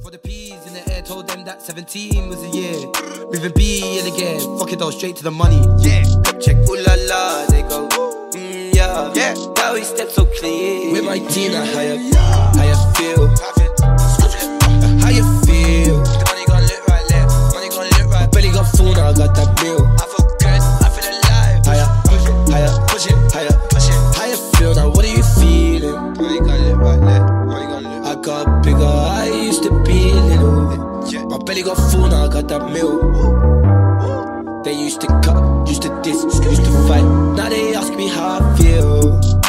For the peas in the air, told them that 17 was a year. Moving B in again, fuck it all, straight to the money. Yeah, check, ooh la la, they go, yeah. Now we step so clean. With my team, how you feel? How you feel? The money gon' look right there, money gon' look right. Belly got full, now I got that bill. I feel good, I feel alive. How you push it, how you feel? Now what are you feeling? Money gon' look right there, money gon' look. I got bigger, I used to be little. My belly got full, now I got that milk. They used to cut, used to diss, used to fight. Now they ask me how I feel.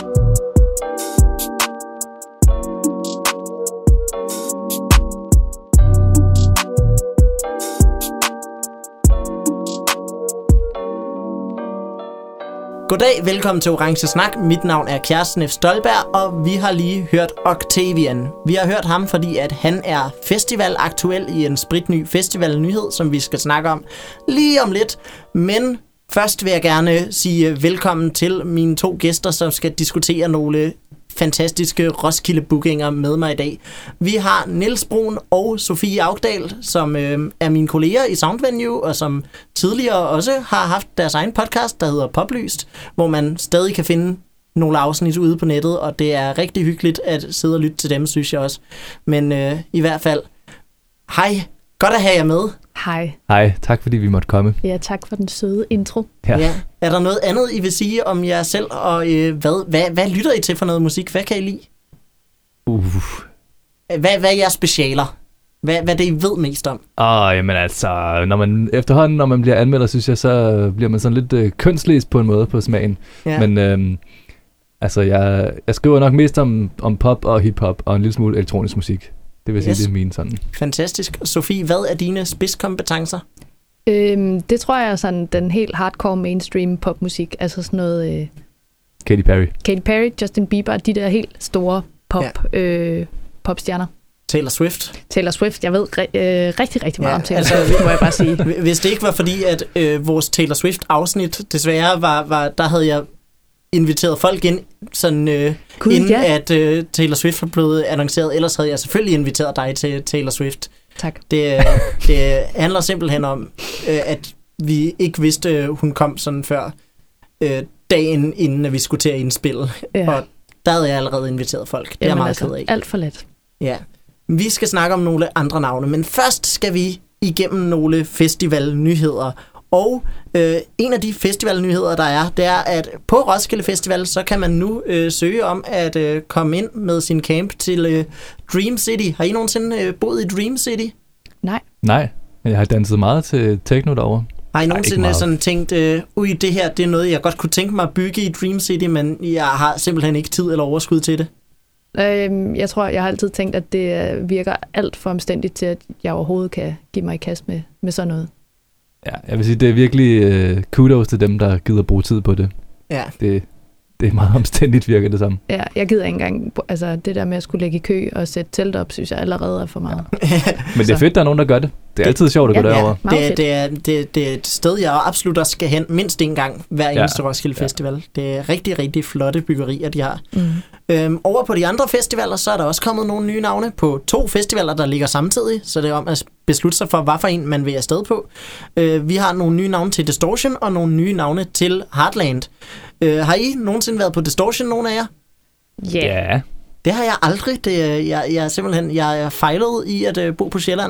Goddag, velkommen til Orange Snak. Mit navn er Kjærsten F. Stolberg, og vi har lige hørt Octavian. Vi har hørt ham, fordi at han er festivalaktuel i en spritny festivalnyhed, som vi skal snakke om lige om lidt. Men først vil jeg gerne sige velkommen til mine to gæster, som skal diskutere nogle fantastiske Roskilde-bookinger med mig i dag. Vi har Niels Brun og Sofie Augdal, som er mine kolleger i Soundvenue, og som tidligere også har haft deres egen podcast, der hedder Poplyst, hvor man stadig kan finde nogle afsnit ude på nettet, og det er rigtig hyggeligt at sidde og lytte til dem, synes jeg også. Men i hvert fald, hej, godt at have jer med. Hej. Hej, tak fordi vi måtte komme. Ja, tak for den søde intro. Ja. Er der noget andet, I vil sige om jer selv, og hvad lytter I til for noget musik? Hvad kan I lide? Hvad er jeres specialer? Hvad er det, I ved mest om? Jamen altså, når man bliver anmelder, synes jeg, så bliver man sådan lidt kønslæst på en måde på smagen. Ja. Men altså, jeg skriver nok mest om pop og hiphop og en lille smule elektronisk musik. Det vil sige, det er mine sådan. Fantastisk. Sofie, hvad er dine spidskompetencer? Det tror jeg er sådan den helt hardcore mainstream popmusik. Altså sådan noget... Katy Perry, Justin Bieber, de der helt store popstjerner. Taylor Swift. Jeg ved rigtig, rigtig meget om Taylor Swift, må jeg bare sige. Hvis det ikke var fordi, at vores Taylor Swift-afsnit desværre var, der havde jeg inviteret folk ind, sådan, inden at Taylor Swift var blevet annonceret. Ellers havde jeg selvfølgelig inviteret dig til Taylor Swift. Tak. Det handler simpelthen om, at vi ikke vidste, hun kom sådan før dagen, inden vi skulle til at indspille. Ja. Og der havde jeg allerede inviteret folk. Det er jeg meget ked af. Alt for let. Ja. Vi skal snakke om nogle andre navne, men først skal vi igennem nogle festivalnyheder. Og en af de festivalnyheder, der er, det er, at på Roskilde Festival, så kan man nu søge om at komme ind med sin camp til Dream City. Har I nogensinde boet i Dream City? Nej, men jeg har danset meget til techno derovre. Har I nogensinde sådan tænkt, det her, det er noget, jeg godt kunne tænke mig at bygge i Dream City, men jeg har simpelthen ikke tid eller overskud til det? Jeg tror, jeg har altid tænkt, at det virker alt for omstændigt til, at jeg overhovedet kan give mig i kast med sådan noget. Ja, jeg vil sige, det er virkelig kudos til dem, der gider bruge tid på det. Ja. Det er meget omstændigt, virker det samme. Ja, jeg gider ikke engang, altså det der med at skulle lægge i kø og sætte telt op, synes jeg allerede er for meget. Ja. Men det er fedt, der er nogen, der gør det. Det er altid sjovt at gå derover. Det er et sted, jeg absolut også skal hen mindst en gang hver eneste Roskilde Festival. Det er rigtig, rigtig flotte byggerier, de har. Over på de andre festivaler, så er der også kommet nogle nye navne på 2 festivaler, der ligger samtidig, så det er om at beslutte sig for, hvad for en man vil afsted på. Vi har nogle nye navne til Distortion og nogle nye navne til Heartland. Har I nogensinde været på Distortion, nogen af jer? Ja. Det har jeg aldrig. Jeg er fejlet i at bo på Sjælland.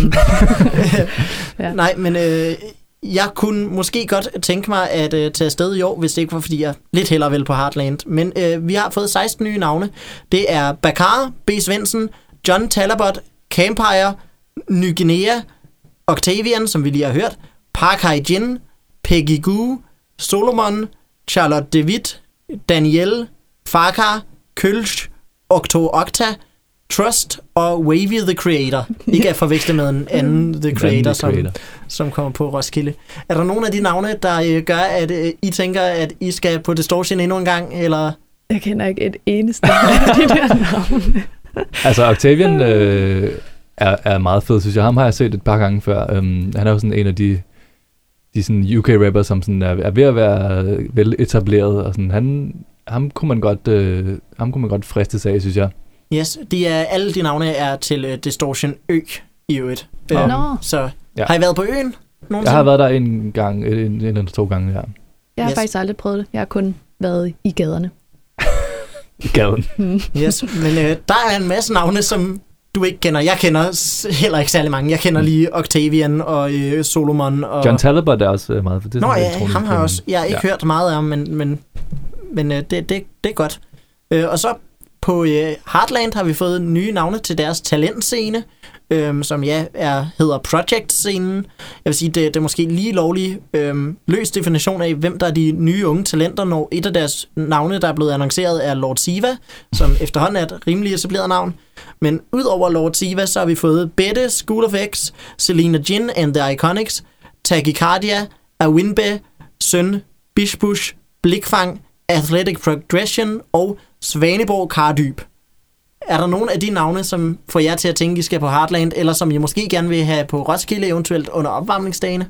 Nej, men jeg kunne måske godt tænke mig at tage afsted i år, hvis det ikke var, fordi jeg lidt hellere vil på Heartland. Men vi har fået 16 nye navne. Det er Bakar, B. Svendsen, John Talabot, Campire, Ny Guinea, Octavian, som vi lige har hørt, Park Hae-jin, Peggy Goo, Solomon, Charlotte DeWitt, Danielle, Farkar, Kölsch, Octa, Trust og Wavy the Creator. Ikke at forveksle med en anden The Creator, som kommer på Roskilde. Er der nogle af de navne, der gør, at I tænker, at I skal på Distortion endnu en gang? Eller? Jeg kender ikke et eneste af de der navne. Altså, Octavian er meget fed, synes jeg. Ham har jeg set et par gange før. Han er jo sådan en af de sådan UK-rapper, som sådan er ved at være vel etableret. Og sådan, ham kunne man godt fristes af, synes jeg. Yes, alle de navne er til Distortion Ø i øvrigt. Så har I været på øen nogensinde? Jeg har været der en gang, en eller 2 gange, ja. Jeg har faktisk aldrig prøvet det. Jeg har kun været i gaderne. I gaden. Yes, men der er en masse navne, som du ikke kender. Jeg kender heller ikke særlig mange. Jeg kender lige Octavian og Solomon. Og John Talbot er også meget. For det Nå ja, ham har også. Jeg har ikke hørt meget af ham, men det er godt. Og så på Heartland har vi fået nye navne til deres talentscene, som hedder Project-scenen. Jeg vil sige, det er måske lige lovlig løs definition af, hvem der er de nye unge talenter, når et af deres navne, der er blevet annonceret, er Lord Siva, som efterhånden er et rimelig etableret navn. Men udover Lord Siva, så har vi fået Bette, School of X, Selena Jin and the Iconics, Tachycardia, Awinbe, Søn, Bishbush, Blikfang, Athletic Progression og Svaneborg Kardyb. Er der nogen af de navne, som får jer til at tænke, I skal på Heartland, eller som I måske gerne vil have på Roskilde, eventuelt under opvarmningsdagene?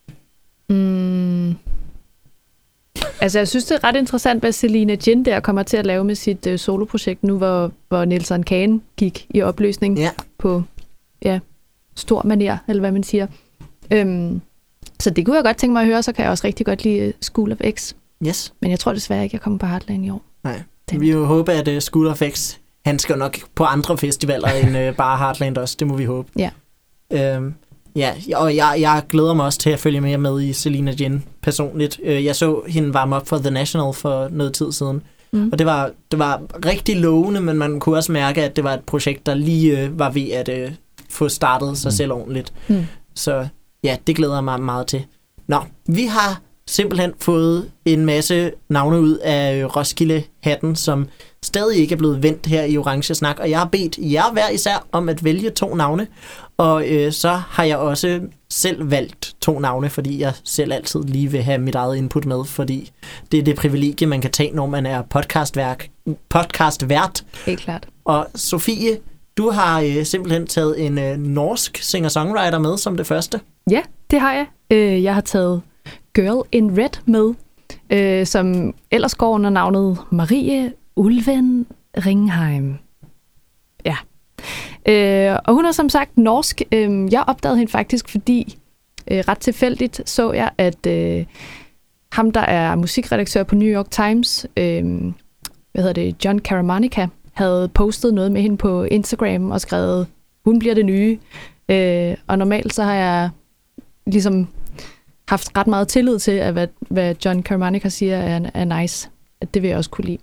Altså, jeg synes, det er ret interessant, hvad Selena Jin der kommer til at lave med sit soloprojekt nu, hvor Nelson Kane gik i opløsning på stor manér, eller hvad man siger. Så det kunne jeg godt tænke mig at høre, så kan jeg også rigtig godt lide School of X. Yes. Men jeg tror desværre ikke, jeg kommer på Heartland i år. Nej, vi jo håber, at School of X, han skal nok på andre festivaler end bare Heartland også. Det må vi håbe. Ja. Og jeg glæder mig også til at følge med i Selena Jin personligt. Jeg så hende varme op for The National for noget tid siden. Og det var rigtig lovende, men man kunne også mærke, at det var et projekt, der lige var ved at få startet sig selv ordentligt. Så ja, det glæder jeg mig meget til. Nå, vi har simpelthen fået en masse navne ud af Roskilde-hatten, som stadig ikke er blevet vendt her i Orange Snak, og jeg har bedt jer hver især om at vælge 2 navne, og så har jeg også selv valgt 2 navne, fordi jeg selv altid lige vil have mit eget input med, fordi det er det privilegie, man kan tage, når man er podcastvært. Helt klart. Og Sofie, du har simpelthen taget en norsk singer-songwriter med som det første. Ja, det har jeg. Jeg har taget Girl in Red med, som ellers går under navnet Marie Ulven Ringheim. Ja. Og hun er som sagt norsk. Jeg opdagede hende faktisk, fordi ret tilfældigt så jeg, at ham, der er musikredaktør på New York Times, John Caramanica, havde postet noget med hende på Instagram og skrevet, hun bliver det nye. Og normalt så har jeg ligesom haft ret meget tillid til, at hvad John Caramanica siger er nice. At det vil jeg også kunne lide.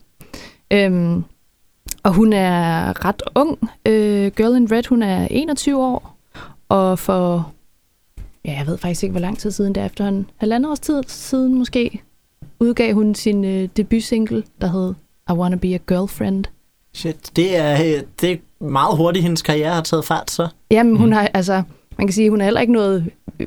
Og hun er ret ung. Girl in Red, hun er 21 år. Og for, jeg ved faktisk ikke, hvor lang tid siden det er, efterhånden 1,5 års tid siden måske, udgav hun sin debutsingle, der hed I Wanna Be a Girlfriend. Shit, det er meget hurtigt, hendes karriere har taget fart, så. Jamen, hun har, altså, man kan sige, hun har heller ikke noget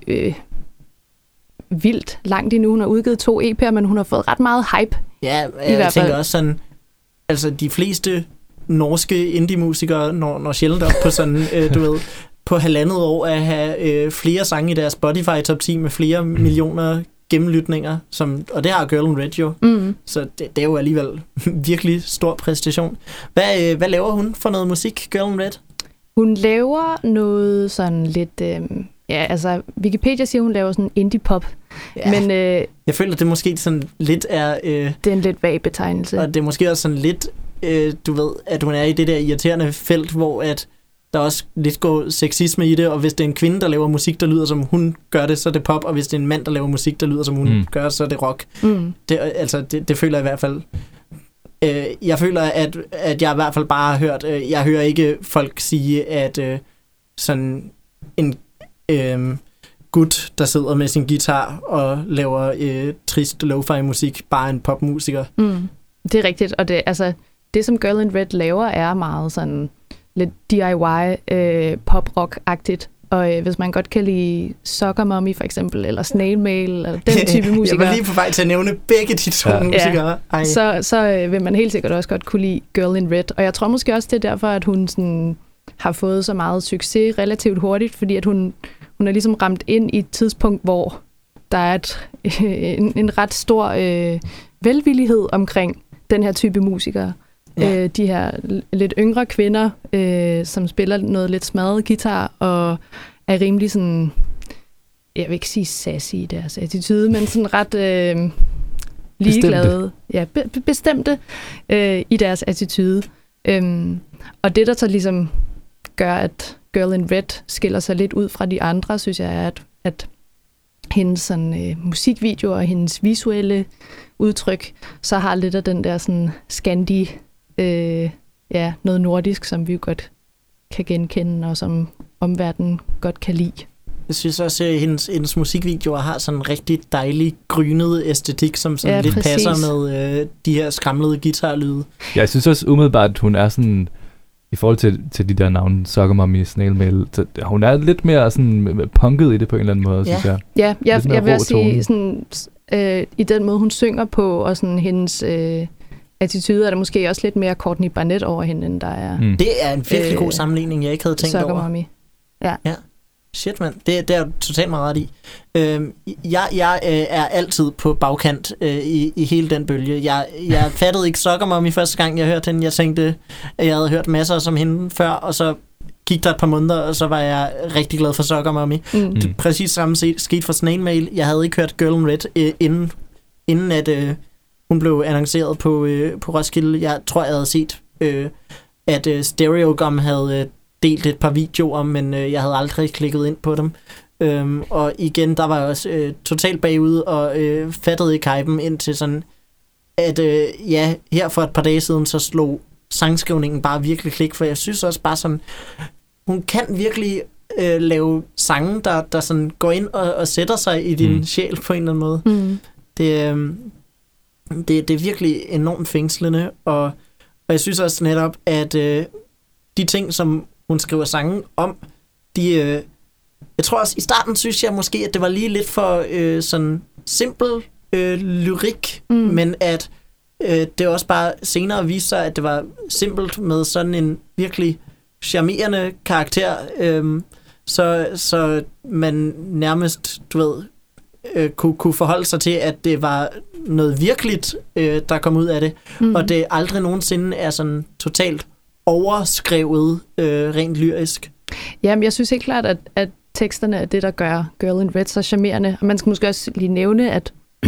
vildt langt endnu. Hun har udgivet 2 EP'er, men hun har fået ret meget hype. Ja, jeg tænker også sådan, altså de fleste norske indie-musikere når sjældent op på sådan, du ved, på 1,5 år at have flere sange i deres Spotify top 10 med flere millioner gennemlytninger, og det har Girl in Red jo. Så det er jo alligevel virkelig stor præstation. Hvad laver hun for noget musik, Girl in Red? Hun laver noget sådan lidt, altså Wikipedia siger, hun laver sådan indie-pop. Ja, men jeg føler, det måske sådan lidt er... det er en lidt vag betegnelse. Og det er måske også sådan lidt, du ved, at hun er i det der irriterende felt, hvor at der også lidt går sexisme i det, og hvis det er en kvinde, der laver musik, der lyder som hun gør det, så er det pop, og hvis det er en mand, der laver musik, der lyder som hun gør, så er det rock. Det føler jeg i hvert fald. Jeg føler, at jeg i hvert fald bare har hørt, jeg hører ikke folk sige, at sådan en gut, der sidder med sin guitar og laver trist lo-fi musik, bare en popmusiker. Det er rigtigt, og det som Girl in Red laver, er meget sådan lidt DIY pop-rock-agtigt. Og hvis man godt kan lide Soccer Mommy for eksempel, eller Snail Mail, eller den type musikere. Jeg var lige på vej til at nævne begge de 2 musikere. Så vil man helt sikkert også godt kunne lide Girl in Red. Og jeg tror måske også, det er derfor, at hun sådan har fået så meget succes relativt hurtigt, fordi at hun er ligesom ramt ind i et tidspunkt, hvor der er en ret stor velvillighed omkring den her type musikere. Ja. De her lidt yngre kvinder, som spiller noget lidt smadret guitar, og er rimelig sådan, jeg vil ikke sige sassy i deres attitude, men sådan ret ligeglade. Ja, bestemte i deres attitude. Og det, der så ligesom gør, at Girl in Red skiller sig lidt ud fra de andre, synes jeg, er, at hendes sådan, musikvideoer og hendes visuelle udtryk, så har lidt af den der sådan Scandi, noget nordisk, som vi jo godt kan genkende, og som omverdenen godt kan lide. Jeg synes også, at hendes musikvideoer har sådan en rigtig dejlig, grynet æstetik, som sådan lidt præcis passer med de her skramlede guitarlyde. Ja, jeg synes også umiddelbart, at hun er sådan, i forhold til de der navne, Soccer Mommy, Snail Mail, hun er lidt mere sådan punket i det på en eller anden måde, synes jeg. Ja, jeg vil sige, sådan, i den måde, hun synger på, og sådan hendes attitude, er der måske også lidt mere Courtney Barnett over hende, end der er. Det er en virkelig god sammenligning, jeg ikke havde tænkt Soccer over. Mommy. Ja. Shit, mand. Det er totalt meget ret i. Jeg er altid på bagkant i hele den bølge. Jeg fattede ikke Soccer Mommy første gang, jeg hørte hende. Jeg tænkte, at jeg havde hørt masser som hende før, og så gik der et par måneder, og så var jeg rigtig glad for Soccer Mommy. Det præcis samme skete for Snail Mail. Jeg havde ikke hørt Girl in Red, inden at hun blev annonceret på Roskilde. Jeg tror, jeg havde set, at Stereogum havde delt et par videoer, men jeg havde aldrig klikket ind på dem. Og igen, der var jeg også totalt bagud, og fattede ikke hypen indtil sådan, at her for et par dage siden, så slog sangskrivningen bare virkelig klik, for jeg synes også bare sådan, hun kan virkelig lave sange, der sådan går ind og sætter sig i din sjæl på en eller anden måde. Det er virkelig enormt fængslende, og jeg synes også netop, at de ting, som hun skriver sange om, jeg tror også, i starten synes jeg måske, at det var lige lidt for sådan simpel lyrik, men at det også bare senere viste sig, at det var simpelt med sådan en virkelig charmerende karakter, så man nærmest, kunne forholde sig til, at det var noget virkeligt, der kom ud af det, og det aldrig nogensinde er sådan totalt overskrevet rent lyrisk. Jamen, jeg synes helt klart, at teksterne er det, der gør Girl in Red så charmerende. Og man skal måske også lige nævne, at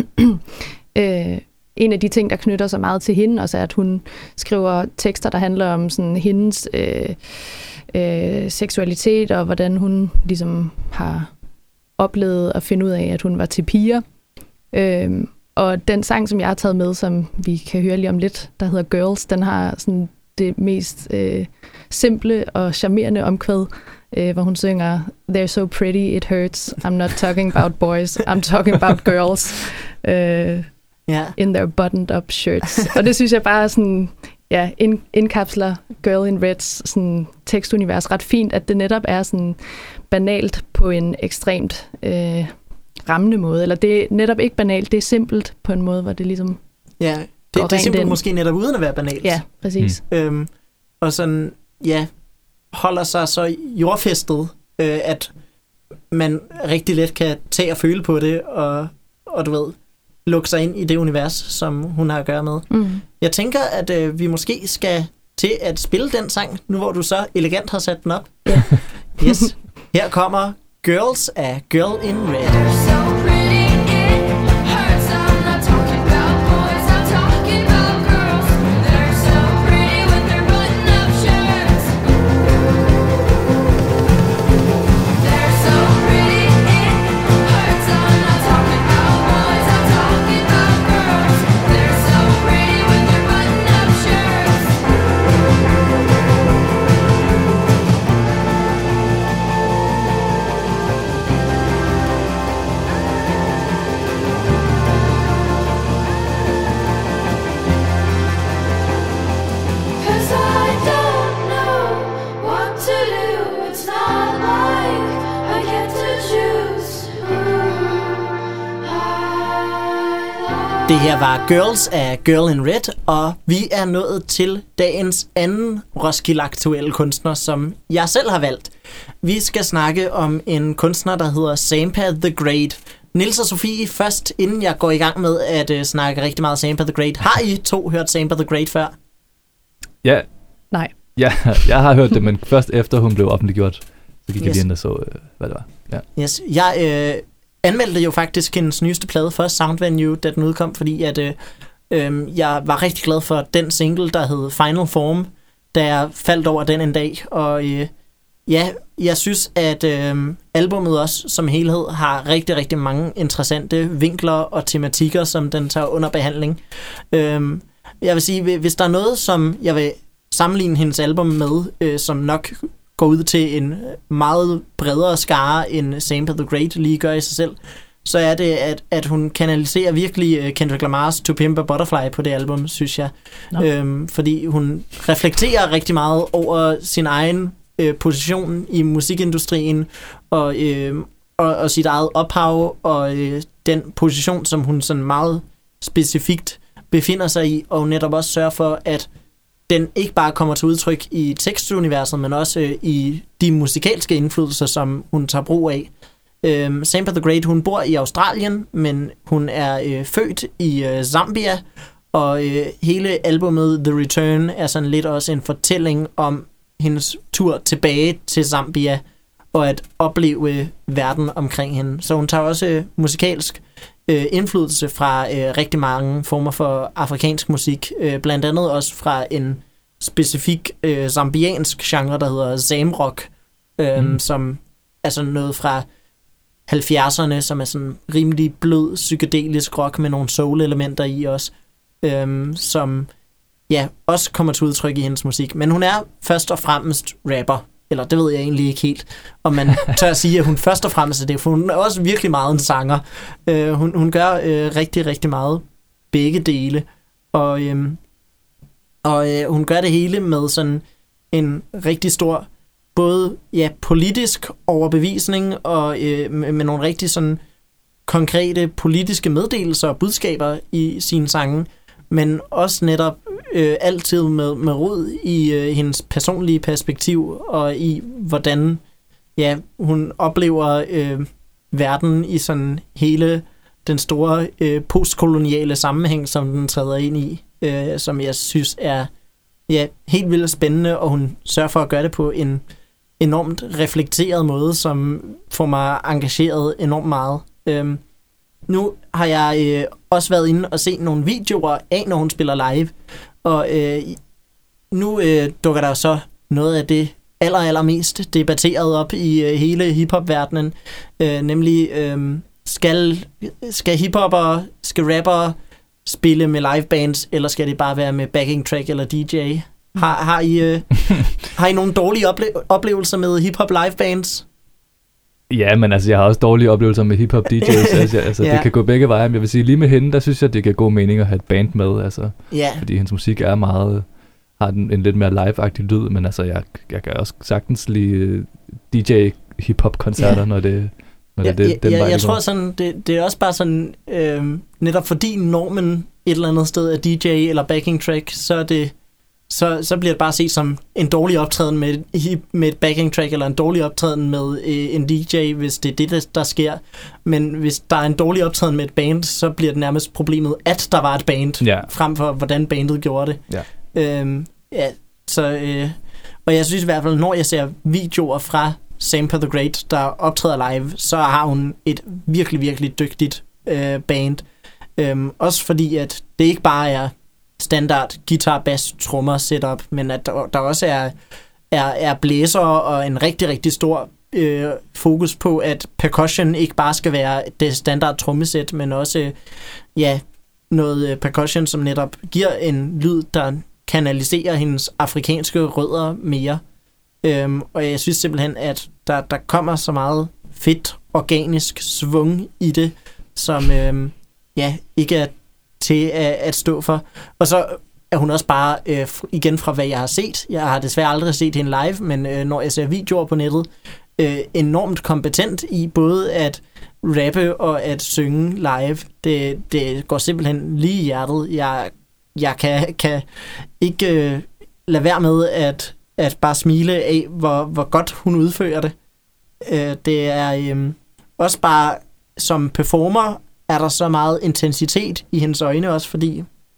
en af de ting, der knytter sig meget til hende, også er, at hun skriver tekster, der handler om sådan hendes seksualitet, og hvordan hun ligesom har oplevet at finde ud af, at hun var til piger. Og den sang, som jeg har taget med, som vi kan høre lige om lidt, der hedder Girls, den har sådan det mest simple og charmerende omkvæd, hvor hun synger They're so pretty, it hurts. I'm not talking about boys, I'm talking about girls. In their buttoned up shirts. Og det synes jeg bare sådan, indkapsler Girl in Reds sådan tekstunivers ret fint, at det netop er sådan banalt på en ekstremt rammende måde. Eller det er netop ikke banalt, det er simpelt på en måde, hvor det ligesom det er simpelt måske netop uden at være banalt. Ja, præcis. Og sådan, holder sig så jordfæstet, at man rigtig let kan tage og føle på det, og du ved, lukke sig ind i det univers, som hun har at gøre med. Jeg tænker, at vi måske skal til at spille den sang, nu hvor du så elegant har sat den op. Yes. Her kommer Girls af Girl in Red. Det her var Girls af Girl in Red, og vi er nået til dagens anden Roskilde-aktuelle kunstner, som jeg selv har valgt. Vi skal snakke om en kunstner, der hedder Sampa the Great. Niels og Sofie, først inden jeg går i gang med at snakke rigtig meget Sampa the Great. Har I to hørt Sampa the Great før? Ja. Nej. Ja, jeg har hørt det, men først efter hun blev offentliggjort, så gik jeg lige ind og så, hvad det var. Ja. Yes. Jeg anmeldte jo faktisk hendes nyeste plade for Sound Venue, da den udkom, fordi at jeg var rigtig glad for den single, der hed Final Form, da jeg faldt over den en dag. Og jeg synes, at albummet også som helhed har rigtig, rigtig mange interessante vinkler og tematikker, som den tager under behandling. Jeg vil sige, hvis der er noget, som jeg vil sammenligne hendes album med, som nok går ud til en meget bredere skare, end Sampa the Great lige gør i sig selv, så er det, at hun kanaliserer virkelig Kendrick Lamar's To Pimp a Butterfly på det album, synes jeg. Fordi hun reflekterer rigtig meget over sin egen position i musikindustrien, og sit eget ophav, og den position, som hun sådan meget specifikt befinder sig i, og netop også sørger for, at den ikke bare kommer til udtryk i tekstuniverset, men også i de musikalske indflydelser, som hun tager brug af. Sampa the Great, hun bor i Australien, men hun er født i Zambia, og hele albumet The Return er sådan lidt også en fortælling om hendes tur tilbage til Zambia, og at opleve verden omkring hende. Så hun tager også musikalsk indflydelse fra rigtig mange former for afrikansk musik, blandt andet også fra en specifik zambiansk genre, der hedder zamrock, som er sådan noget fra 70'erne, som er sådan rimelig blød psykedelisk rock med nogle soul-elementer i også, som også kommer til udtryk i hendes musik. Men hun er først og fremmest rapper, eller det ved jeg egentlig ikke helt, om man tør at sige, at hun først og fremmest er det, for hun er også virkelig meget en sanger. Hun gør rigtig, rigtig meget begge dele, og hun gør det hele med sådan en rigtig stor både politisk overbevisning og med nogle rigtig sådan konkrete politiske meddelelser og budskaber i sine sange, men også netop altid med rod i hendes personlige perspektiv og i hvordan hun oplever verden i sådan hele den store postkoloniale sammenhæng, som den træder ind i, som jeg synes er helt vildt spændende, og hun sørger for at gøre det på en enormt reflekteret måde, som får mig engageret enormt meget. Nu har jeg også været inde og set nogle videoer af, når hun spiller live, og nu dukker der så noget af det allermest debatteret op i hele hiphop-verdenen, nemlig skal hiphopper, skal rappere spille med livebands, eller skal det bare være med backing track eller DJ? Har I nogle dårlige oplevelser med hiphop livebands? Ja, men altså, jeg har også dårlige oplevelser med hiphop DJ's. altså det kan gå begge veje. Men jeg vil sige, lige med hende, der synes jeg, det giver god mening at have et band med. Altså, fordi hendes musik er meget, har en lidt mere live-agtig lyd, men altså, jeg kan også sagtens lide DJ hiphop-koncerter, når det er den vej, jeg tror sådan, det er også bare sådan, netop fordi normen et eller andet sted er DJ eller backing track, så bliver det bare set som en dårlig optræden med et backing track, eller en dårlig optræden med en DJ, hvis det er det, der sker. Men hvis der er en dårlig optræden med et band, så bliver det nærmest problemet, at der var et band, frem for hvordan bandet gjorde det. Og jeg synes i hvert fald, når jeg ser videoer fra Sampa the Great, der optræder live, så har hun et virkelig, virkelig dygtigt band. Også fordi, at det ikke bare er standard guitar, bass, trommer setup, men at der også er blæser og en rigtig, rigtig stor fokus på, at percussion ikke bare skal være det standard trommesæt, men også noget percussion, som netop giver en lyd, der kanaliserer hendes afrikanske rødder mere. Og jeg synes simpelthen, at der kommer så meget fedt, organisk svung i det, som ikke er til at stå for. Og så er hun også bare, igen fra hvad jeg har set, jeg har desværre aldrig set hende live, men når jeg ser videoer på nettet, enormt kompetent i både at rappe og at synge live. Det går simpelthen lige i hjertet. Jeg kan ikke lade være med at bare smile af, hvor godt hun udfører det. Det er også bare som performer, er der så meget intensitet i hendes øjne også, fordi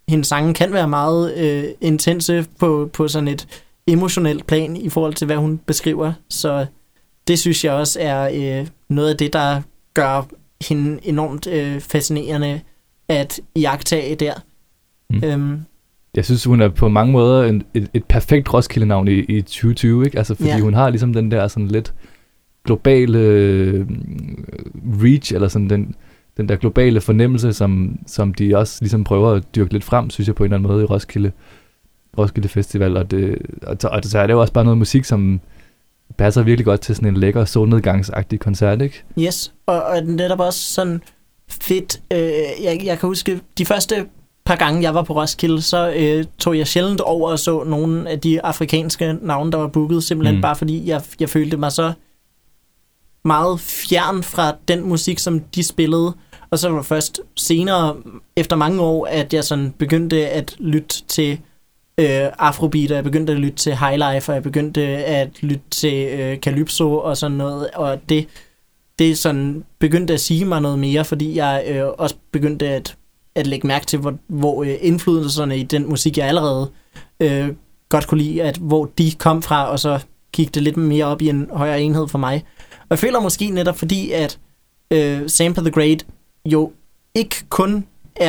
hendes sange kan være meget intense på sådan et emotionelt plan i forhold til, hvad hun beskriver. Så det synes jeg også er noget af det, der gør hende enormt fascinerende at iagttage der. Jeg synes, hun er på mange måder et perfekt Roskilde-navn i 2020, ikke? Altså, fordi hun har ligesom den der sådan lidt globale reach, eller sådan den der globale fornemmelse, som de også ligesom prøver at dyrke lidt frem, synes jeg, på en eller anden måde i Roskilde Festival. Og så er det jo også bare noget musik, som passer virkelig godt til sådan en lækker solnedgangsagtig koncert, ikke? Yes, og netop også sådan fedt. Jeg kan huske, de første par gange, jeg var på Roskilde, så tog jeg sjældent over og så nogle af de afrikanske navne, der var booket, simpelthen bare fordi jeg følte mig så meget fjern fra den musik, som de spillede. Og så var det først senere, efter mange år, at jeg sådan begyndte at lytte til afrobeat, og jeg begyndte at lytte til highlife, og jeg begyndte at lytte til calypso og sådan noget, og det sådan begyndte at sige mig noget mere, fordi jeg også begyndte at lægge mærke til, hvor indflydelserne i den musik, jeg allerede godt kunne lide, at hvor de kom fra, og så gik det lidt mere op i en højere enhed for mig. Og jeg føler måske netop fordi, at Sampa the Great jo ikke kun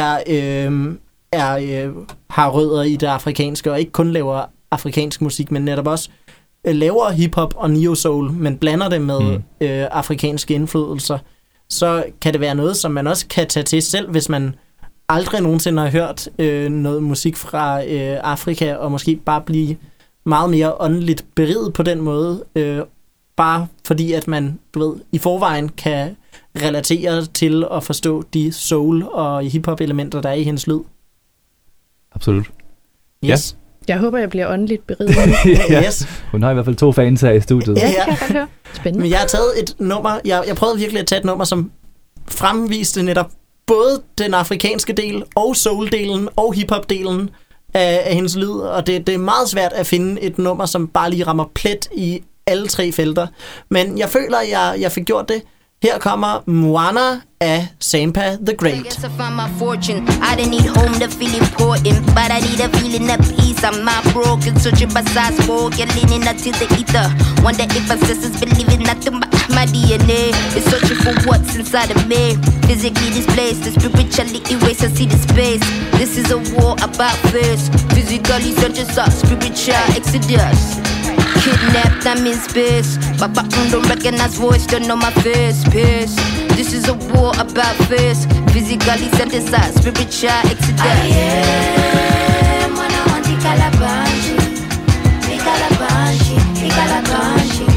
har rødder i det afrikanske, og ikke kun laver afrikansk musik, men netop også laver hiphop og neo-soul, men blander det med afrikanske indflydelser, så kan det være noget, som man også kan tage til selv, hvis man aldrig nogensinde har hørt noget musik fra Afrika, og måske bare blive meget mere åndeligt beriget på den måde, bare fordi at man, i forvejen kan relatere til at forstå de soul- og hip-hop-elementer, der er i hendes lyd. Absolut. Yes. Ja. Jeg håber, jeg bliver åndeligt beriget. Yes. Hun har i hvert fald 2 fans her i studiet. Ja, det kan jeg godt høre. Spændende. Men jeg har taget et nummer, jeg prøvede virkelig at tage et nummer, som fremviste netop både den afrikanske del, og soul-delen, og hip-hop-delen af hendes lyd, og det er meget svært at finde et nummer, som bare lige rammer plet i alle 3 felter. Men jeg føler, at jeg fik gjort det. Her kommer Moana af Sampa the Great. I found my fortune. I didn't need home to feel important, but I need a feeling of peace. I'm not broken, searching by sides, walking, leaning until the ether. Wonder if ancestors believe in nothing but my DNA is searching for what's inside of me. Physically displaced, the spiritually erased. I see the space. This is a war about face. Physically searching us, spiritual exodus. Kidnapped, I'm in space. Papa don't recognize voice, don't know my face. Piss. This is a war about face. Physically synthesized, spiritual exodus. I am when I want the calabanshi. The calabanshi, the calabanshi.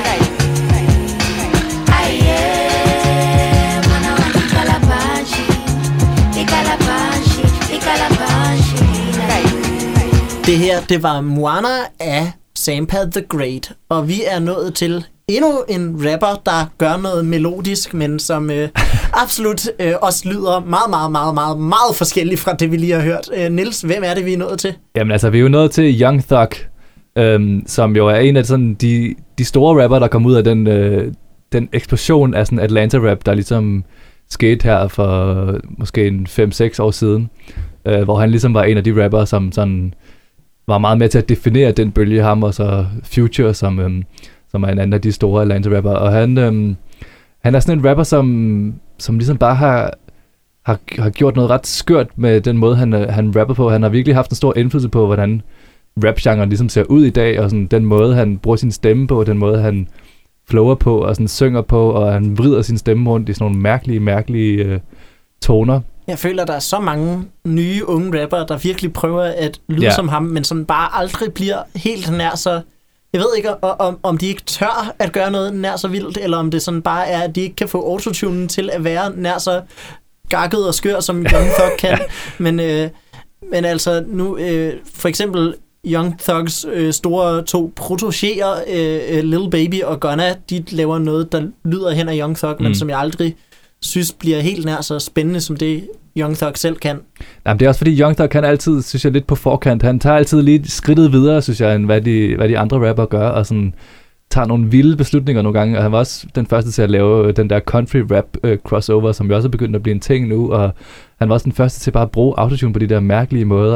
I am when I want the calabanshi. The calabanshi, the calabanshi. Det her, det var Moana af Sampa the Great, og vi er nået til endnu en rapper, der gør noget melodisk, men som absolut også lyder meget, meget, meget, meget, meget forskelligt fra det, vi lige har hørt. Niels, hvem er det, vi er nået til? Jamen altså, vi er jo nået til Young Thug, som jo er en af sådan de store rapper, der kom ud af den eksplosion af sådan Atlanta-rap, der ligesom skete her for måske en 5-6 år siden, hvor han ligesom var en af de rapper, som sådan var meget med til at definere den bølge, ham og så Future, som er en anden af de store Atlanta-rapper. Og han er sådan en rapper, som ligesom bare har gjort noget ret skørt med den måde, han rapper på. Han har virkelig haft en stor indflydelse på, hvordan rap-genren ligesom ser ud i dag, og sådan den måde, han bruger sin stemme på, den måde, han flower på, og sådan synger på, og han vrider sin stemme rundt i sådan nogle mærkelige toner. Jeg føler, der er så mange nye unge rappere, der virkelig prøver at lyde som ham, men som bare aldrig bliver helt nær så... Jeg ved ikke, om de ikke tør at gøre noget nær så vildt, eller om det sådan bare er, at de ikke kan få autotunen til at være nær så gakket og skør, som Young Thug kan. Men altså nu, for eksempel Young Thugs store 2 protégéer, Lil Baby og Gunna, de laver noget, der lyder hen af Young Thug, men som jeg aldrig synes bliver helt nær så spændende, som det Young Thug selv kan. Jamen, det er også fordi Young Thug kan altid, synes jeg, lidt på forkant. Han tager altid lige skridtet videre, synes jeg, end hvad de andre rapper gør, og sådan tager nogle vilde beslutninger nogle gange, og han var også den første til at lave den der country rap crossover, som jo også er begyndt at blive en ting nu, og han var også den første til bare at bruge autotune på de der mærkelige måder,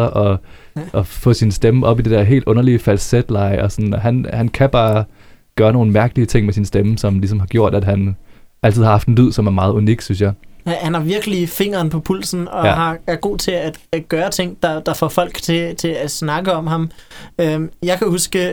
og få sin stemme op i det der helt underlige falsetleje, og sådan, han kan bare gøre nogle mærkelige ting med sin stemme, som ligesom har gjort, at han altid har haft en lyd, som er meget unik, synes jeg. Ja, han har virkelig fingeren på pulsen, og er god til at gøre ting, der får folk til at snakke om ham. Jeg kan huske,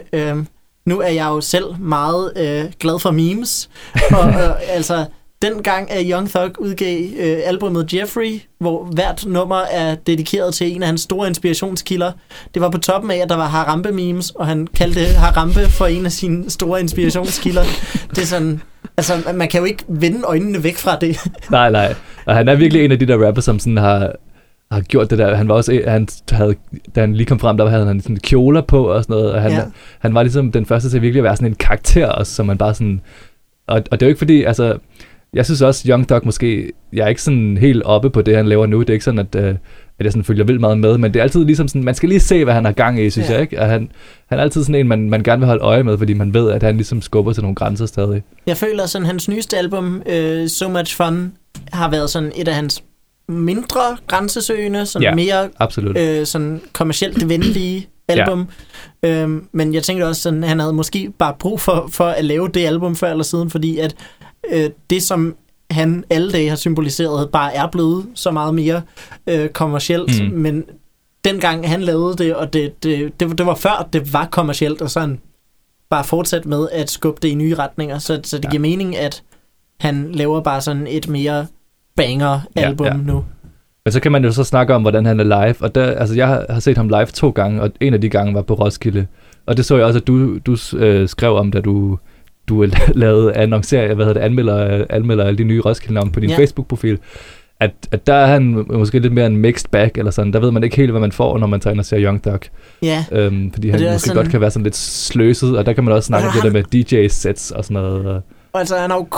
nu er jeg jo selv meget glad for memes, og altså dengang at Young Thug udgav albumet Jeffrey, hvor hvert nummer er dedikeret til en af hans store inspirationskilder. Det var på toppen af, at der var Harambe-memes, og han kaldte Harambe for en af sine store inspirationskilder. Det er sådan, altså man kan jo ikke vende øjnene væk fra det. Nej. Og han er virkelig en af de der rapper, som sådan har gjort det der. Han var også, da han lige kom frem, der havde han sådan kjoler på og sådan noget, og han var ligesom den første til virkelig at være sådan en karakter også, som man bare sådan, og det er jo ikke fordi, altså, jeg synes også, Young Thug måske, jeg er ikke sådan helt oppe på det, han laver nu. Det er ikke sådan, at jeg sådan følger vildt meget med, men det er altid ligesom sådan, man skal lige se, hvad han har gang i, synes jeg, ikke? Og han er altid sådan en, man gerne vil holde øje med, fordi man ved, at han ligesom skubber til nogle grænser stadig. Jeg føler sådan, hans nyeste album, So Much Fun, har været sådan et af hans mindre grænsesøgende, sådan mere sådan kommercielt venlige album. Men jeg tænkte også, sådan, han havde måske bare brug for at lave det album før eller siden, fordi at det, som han alle dage har symboliseret, bare er blevet så meget mere kommercielt, men dengang han lavede det, og det var før det var kommercielt, og sådan bare fortsat med at skubbe det i nye retninger, så det giver mening, at han laver bare sådan et mere banger-album nu. Men så kan man jo så snakke om, hvordan han er live, og der, altså jeg har set ham live 2 gange, og en af de gange var på Roskilde, og det så jeg også, at du skrev om, da du lavede anmelder alle de nye Roskilde-navne på din Facebook-profil, at der er han måske lidt mere en mixed bag, eller sådan. Der ved man ikke helt, hvad man får, når man tager ind og ser Young Thug. Ja. Fordi han måske sådan godt kan være sådan lidt sløset, og der kan man også snakke om det der med DJ-sets og sådan noget. Og altså, han har jo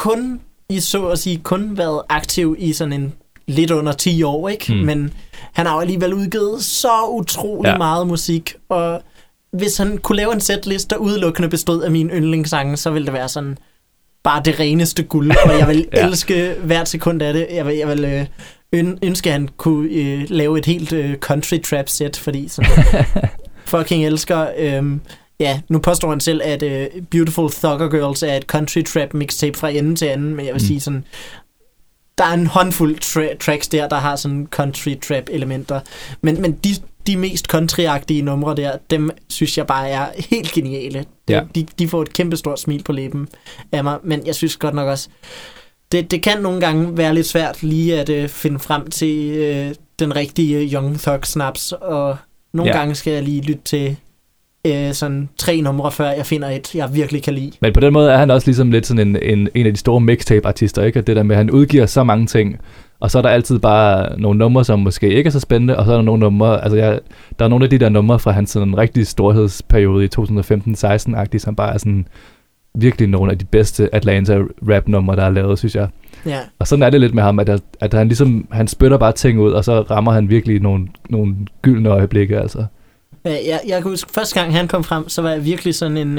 kun været aktiv i sådan en lidt under 10 år, ikke? Men han har jo alligevel udgivet så utrolig meget musik, og hvis han kunne lave en setlist, der udelukkende bestod af mine yndlingssange, så ville det være sådan bare det reneste guld, og jeg vil elske hvert sekund af det. Jeg vil ønske, at han kunne lave et helt country trap set, fordi sådan fucking elsker. Nu påstår han selv, at Beautiful Thugger Girls er et country trap mixtape fra ende til anden, men jeg vil sige sådan, der er en håndfuld tracks der har sådan country trap elementer, men de mest country-agtige numre der, dem synes jeg bare er helt geniale. De får et kæmpestort smil på læben af mig, men jeg synes godt nok også, det kan nogle gange være lidt svært lige at finde frem til den rigtige Young Thug snaps, og nogle gange skal jeg lige lytte til sådan 3 numre, før jeg finder et, jeg virkelig kan lide. Men på den måde er han også ligesom lidt sådan en af de store mixtape-artister, ikke? Det der med, at han udgiver så mange ting, og så er der altid bare nogle numre, som måske ikke er så spændende, og så er der nogle numre, altså der er nogle af de der numre fra hans sådan rigtig storhedsperiode i 2015-16-agtig, som bare er sådan virkelig nogle af de bedste Atlanta-rap-numre, der er lavet, synes jeg. Ja. Og sådan er det lidt med ham, at han ligesom, han spytter bare ting ud, og så rammer han virkelig nogle gyldne øjeblikke, altså. Jeg kan huske, første gang han kom frem, så var jeg virkelig sådan en,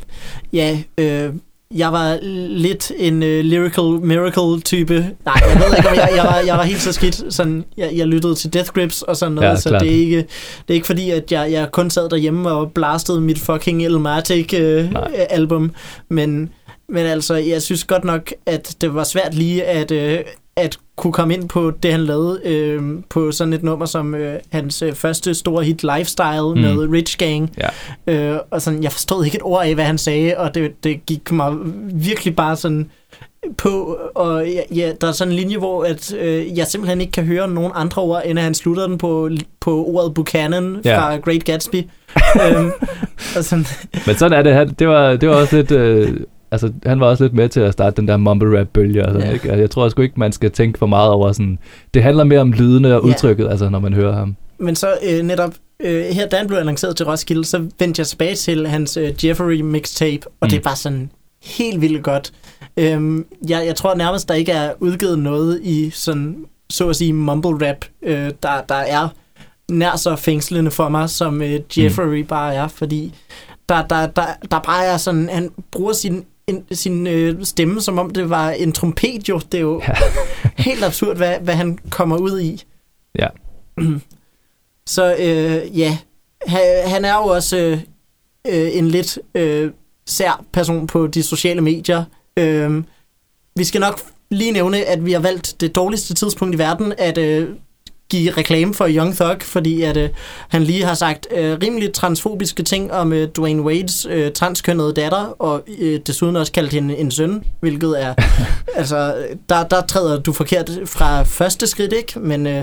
jeg var lidt en lyrical miracle type. Nej, jeg ved ikke, om jeg var helt så skidt. Sådan, jeg lyttede til Death Grips og sådan noget, så det er ikke fordi, at jeg kun sad derhjemme og blastede mit fucking Illmatic album. Men altså, jeg synes godt nok, at det var svært lige at kunne komme ind på det, han lavede på sådan et nummer som hans første store hit Lifestyle med Rich Gang. Ja. Og sådan, jeg forstod ikke et ord af, hvad han sagde, og det gik mig virkelig bare sådan på, og der er sådan en linje, hvor at, jeg simpelthen ikke kan høre nogen andre ord, end at han slutter den på ordet Buchanan fra Great Gatsby. Og sådan. Men sådan er det. Det var også lidt... Altså, han var også lidt med til at starte den der mumble rap bølge, altså, ikke? Jeg tror sgu ikke, man skal tænke for meget over sådan. Det handler mere om lydene og udtrykket, altså, når man hører ham. Men så netop her, da han blev annonceret til Roskilde, så vendte jeg tilbage til hans Jeffrey mixtape, og det er bare sådan helt vildt godt. Jeg tror nærmest, der ikke er udgivet noget i sådan, så at sige, mumble rap, der er nær så fængslende for mig, som Jeffrey bare er, fordi der bare er sådan, han bruger sin stemme, som om det var en trompet, jo. Det er jo helt absurd, hvad han kommer ud i. Ja. Så han er jo også en lidt sær person på de sociale medier. Vi skal nok lige nævne, at vi har valgt det dårligste tidspunkt i verden at give reklame for Young Thug, fordi at han lige har sagt rimelig transfobiske ting om Dwayne Wades transkønnede datter, og desuden også kaldt hende en søn, hvilket er altså, der træder du forkert fra første skridt, ikke?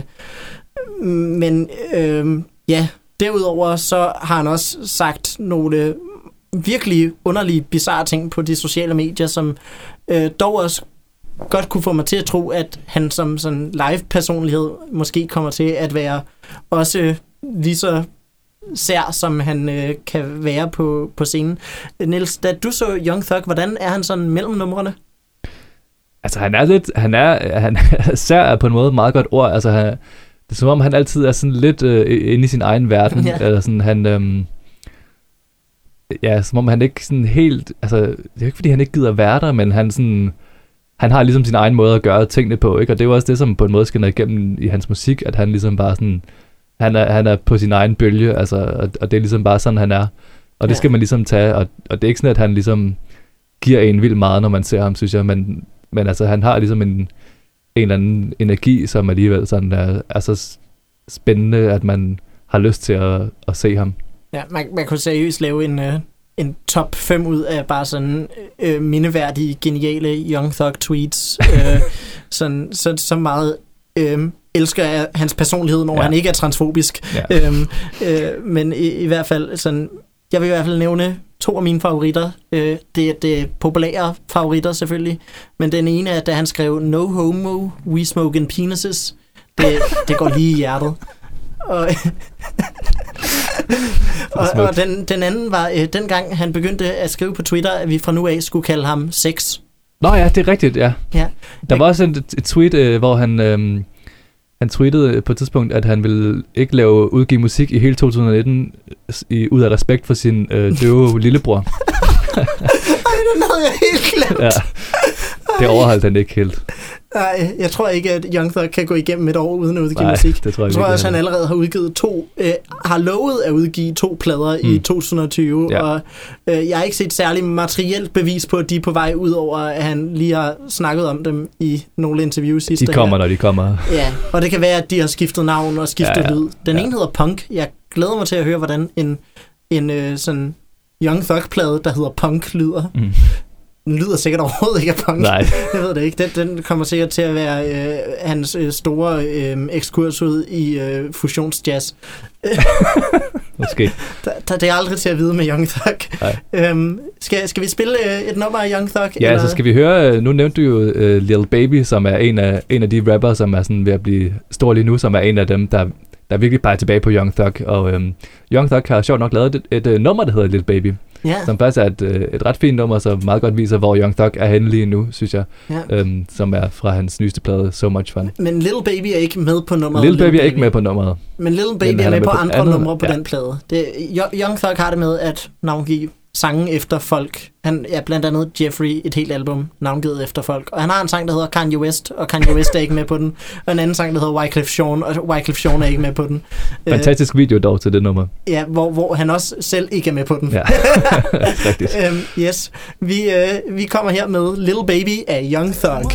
Men derudover så har han også sagt nogle virkelig underlige, bizarre ting på de sociale medier, som dog også godt kunne få mig til at tro, at han som sådan live-personlighed måske kommer til at være også lige så sær, som han kan være på scenen. Niels, da du så Young Thug, hvordan er han sådan mellem numrene? Altså, han er sær på en måde meget godt ord. Altså, det er som om, han altid er sådan lidt inde i sin egen verden. Ja. Eller sådan, han... som om han ikke sådan helt... Altså, det er ikke, fordi han ikke gider være der, men han har ligesom sin egen måde at gøre tingene på, ikke? Og det er jo også det, som på en måde skinner igennem i hans musik, at han ligesom bare sådan... Han er på sin egen bølge, altså, og det er ligesom bare sådan, han er. Og det skal man ligesom tage, og det er ikke sådan, at han ligesom giver en vildt meget, når man ser ham, synes jeg, men altså, han har ligesom en eller anden energi, som alligevel sådan er så spændende, at man har lyst til at se ham. Ja, man kunne seriøst lave en top 5 ud af bare sådan mindeværdige, geniale Young Thug tweets. Så meget elsker jeg hans personlighed, når han ikke er transfobisk. Ja. Men i hvert fald sådan, jeg vil i hvert fald nævne 2 af mine favoritter. Det er populære favoritter selvfølgelig, men den ene er, da han skrev "No homo, we smoking penises". Det går lige i hjertet. Og den anden var, dengang han begyndte at skrive på Twitter, at vi fra nu af skulle kalde ham Sex. Nå ja, det er rigtigt, ja. Der var også et tweet, hvor han tweetede på et tidspunkt, at han ville ikke udgive musik i hele 2019 ud af respekt for sin døve lillebror. Ej, den havde jeg helt glemt. Ja. Det overholdt han ikke helt. Nej, jeg tror ikke, at Young Thug kan gå igennem et år uden at udgive musik. Det tror jeg også, han allerede har udgivet har lovet at udgive 2 plader i 2020, ja. Og jeg har ikke set særlig materielt bevis på, at de er på vej, ud over at han lige har snakket om dem i nogle interviews sidste. De kommer, når de kommer. Ja, og det kan være, at de har skiftet navn og skiftet lyd. Den ene hedder Punk. Jeg glæder mig til at høre, hvordan en sådan Young Thug-plade, der hedder Punk, lyder. Den lyder sikkert overhovedet ikke af punk. Nej. Jeg ved det ikke. Den kommer sikkert til at være hans store ekskurs ud i fusionsjazz. Måske. Det er aldrig til at vide med Young Thug. Skal vi spille et nummer af Young Thug? Ja, så skal vi høre, nu nævnte du jo Lil Baby, som er en af de rapper, som er sådan ved at blive stor lige nu, som er en af dem, der virkelig bare er tilbage på Young Thug. Og Young Thug har sjovt nok lavet et nummer, der hedder Lil Baby. Yeah. Som faktisk er et ret fint nummer, som meget godt viser, hvor Young Thug er henne lige nu, synes jeg. Yeah. Som er fra hans nyeste plade, So Much Fun. Men Lil Baby er ikke med på nummeret. Lil Baby er ikke med på nummeret. Men Lil Baby er med på andre numre på den plade. Young Thug har det med at navngive sange efter folk. Han er blandt andet Jeffrey, et helt album navngivet efter folk. Og han har en sang, der hedder Kanye West, og Kanye West er ikke med på den. Og en anden sang, der hedder Wyclef Jean, og Wyclef Jean er ikke med på den. Fantastisk video dog til det nummer. Ja, hvor han også selv ikke er med på den. Ja, rigtigt. Yes, vi kommer her med Lil Baby af Young Thug.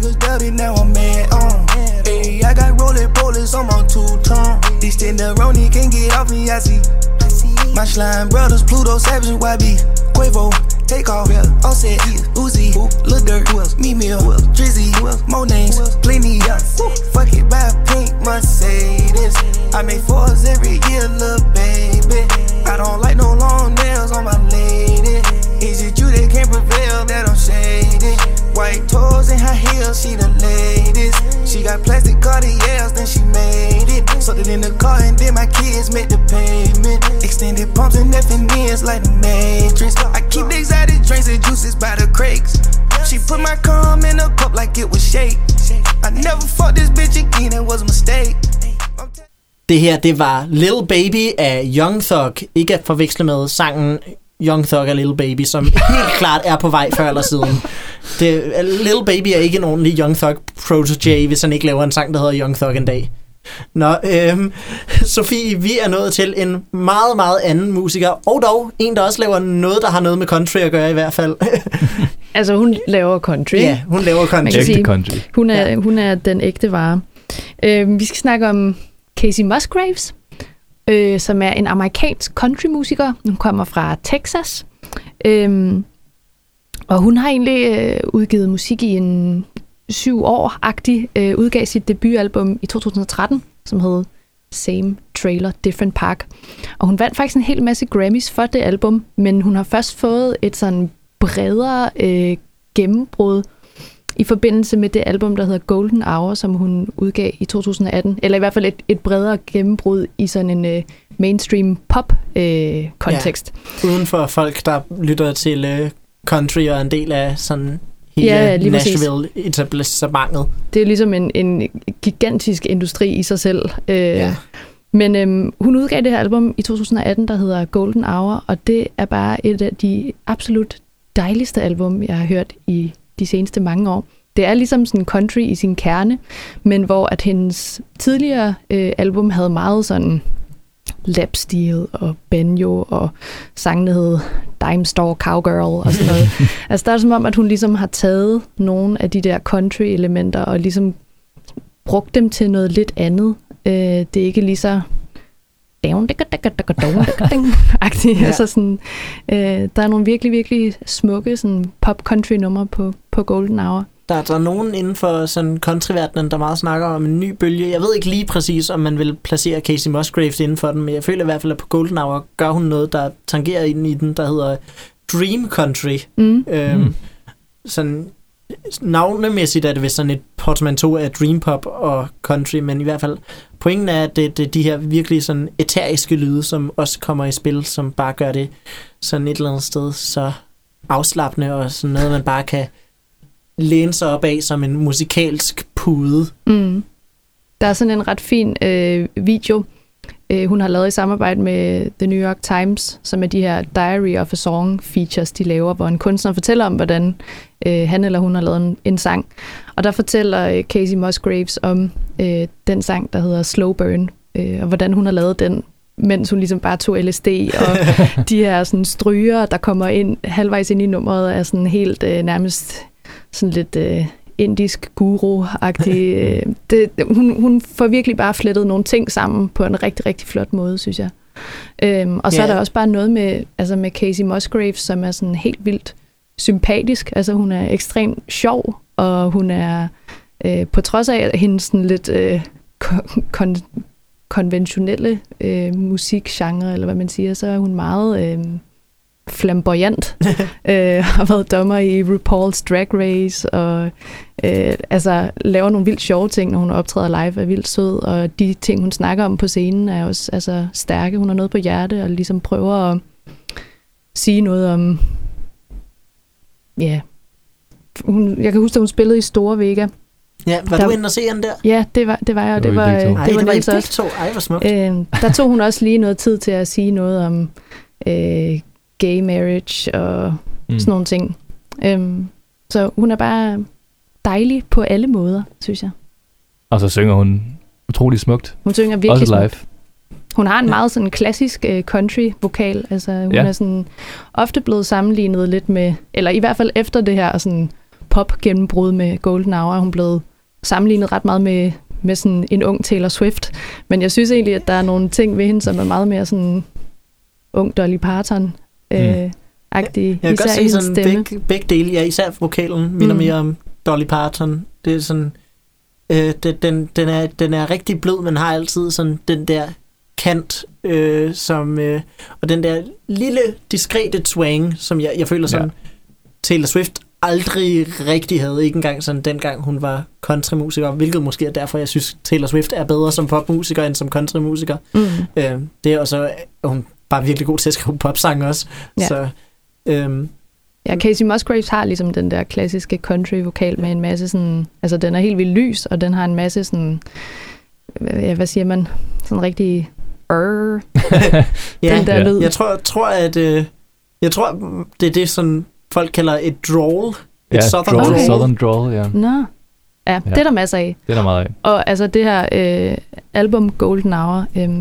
I got rolling bullets on my two-tone. These tenderoni can't get off me, I see. My slime brothers, Pluto, Savage, YB, Quavo, take off, Offset, Uzi, Lil Durk, Memeal, Drizzy, more names, plenty, fuck it, buy a pink Mercedes. I make 4s every year, little baby. I don't like no long nails on my lady. Is it you that can't prevail, that I'm shady? White toes and high heels, she the latest. She got plastic Cartiers, then she made it. Sucked it in the car and then my kids made the payment. Extended pumps and FNNs like the Matrix. I keep the exotic drinks and juices by the crates. She put my cum in a cup like it was shake. I never fucked this bitch again, it was a mistake. Det her, det var Lil Baby af Young Thug. Ikke at forveksle med sangen Young Thug og Lil Baby, som helt klart er på vej før eller siden. Lil Baby er ikke en ordentlig Young Thug protégé, hvis han ikke laver en sang, der hedder Young Thug en dag. Nå, Sofie, vi er nået til en meget, meget anden musiker, og dog en, der også laver noget, der har noget med country at gøre i hvert fald. Altså, hun laver country. Ja, hun laver country. Sige, country. Hun er den ægte vare. Vi skal snakke om Kacey Musgraves, som er en amerikansk countrymusiker. Hun kommer fra Texas. Og hun har egentlig udgivet musik i en 7 år-agtig, udgav sit debutalbum i 2013, som hed Same Trailer, Different Park. Og hun vandt faktisk en hel masse Grammys for det album, men hun har først fået et sådan bredere gennembrud i forbindelse med det album, der hedder Golden Hour, som hun udgav i 2018. Eller i hvert fald et bredere gennembrud i sådan en mainstream pop-kontekst. Ja, uden for folk, der lytter til country og er en del af sådan hele Nashville-etablissementet. Det er ligesom en gigantisk industri i sig selv. Men hun udgav det her album i 2018, der hedder Golden Hour, og det er bare et af de absolut dejligste album, jeg har hørt i de seneste mange år. Det er ligesom sådan country i sin kerne, men hvor at hendes tidligere album havde meget sådan lapstil og banjo og sangen, der hed Dime Store Cowgirl og sådan noget. Altså der er som om, at hun ligesom har taget nogle af de der country-elementer og ligesom brugt dem til noget lidt andet. Det er ikke lige så agtigt. Altså sådan, der er nogle virkelig, virkelig smukke sådan pop-country-numre på Golden Hour. Der er nogen inden for sådan countryverdenen, der meget snakker om en ny bølge. Jeg ved ikke lige præcis, om man vil placere Kacey Musgraves inden for den, men jeg føler i hvert fald, at på Golden Hour gør hun noget, der tangerer ind i den, der hedder Dream Country. Sådan navnemæssigt er det vist sådan et portmanteau af dream pop og country, men i hvert fald pointen er, at det er de her virkelig sådan eteriske lyde, som også kommer i spil, som bare gør det sådan et eller andet sted så afslappende og sådan noget, man bare kan læne sig op af som en musikalsk pude. Der er sådan en ret fin video, hun har lavet i samarbejde med The New York Times, som er de her Diary of a Song features, de laver, hvor en kunstner fortæller om, hvordan han eller hun har lavet en sang. Og der fortæller Kacey Musgraves om den sang, der hedder Slow Burn, og hvordan hun har lavet den, mens hun ligesom bare tog LSD, og de her sådan stryger, der kommer ind halvvejs ind i nummeret, er sådan helt nærmest sådan lidt indisk guru-agtig. Hun får virkelig bare flettet nogle ting sammen på en rigtig, rigtig flot måde, synes jeg. Og så er der også bare noget med Kacey Musgraves, som er sådan helt vildt sympatisk. Altså hun er ekstremt sjov, og hun er på trods af hendes sådan lidt konventionelle musikgenre, eller hvad man siger, så er hun meget flamboyant. Har været dommer i RuPaul's Drag Race, og laver nogle vildt sjove ting, når hun optræder live, er vildt sød, og de ting, hun snakker om på scenen, er også stærke. Hun har noget på hjerte, og ligesom prøver at sige noget om jeg kan huske, at hun spillede i Store Vega. Ja, var du inde og se hende der? Ja, det var jeg. Det var Niels også. Ej, hvor smukt. Der tog hun også lige noget tid til at sige noget om gay marriage og sådan nogle ting. Så hun er bare dejlig på alle måder, synes jeg. Og så synger hun utrolig smukt. Hun synger virkelig også live. smukt. Hun har en meget sådan klassisk country-vokal. Altså, hun er sådan ofte blevet sammenlignet lidt med, eller i hvert fald efter det her sådan pop-gennembrud med Golden Hour, er hun blevet sammenlignet ret meget med sådan en ung Taylor Swift. Men jeg synes egentlig, at der er nogle ting ved hende, som er meget mere sådan ung Dolly Parton-agtig. Jeg kan godt se sådan begge dele. Ja, især vokalen minder mere om Dolly Parton. Det er sådan, den er rigtig blød, men har altid sådan den der kant, og den der lille, diskrete twang, som jeg føler sådan, Taylor Swift aldrig rigtig havde, ikke engang sådan dengang hun var countrymusiker, hvilket måske er derfor, jeg synes, Taylor Swift er bedre som popmusiker end som countrymusiker. Det er også, hun bare virkelig god til at skrive popsange også. Ja. Så, Kacey Musgraves har ligesom den der klassiske country-vokal med en masse sådan, altså den er helt vildt lys, og den har en masse sådan, hvad siger man, sådan rigtig den der lyd. Jeg tror at Jeg tror, det er det, sådan folk kalder et drawl. Ja, southern drawl, drawl. southern drawl, ja. Nå. Ja, det er der masser af. Det er der meget af. Og altså det her album Golden Hour,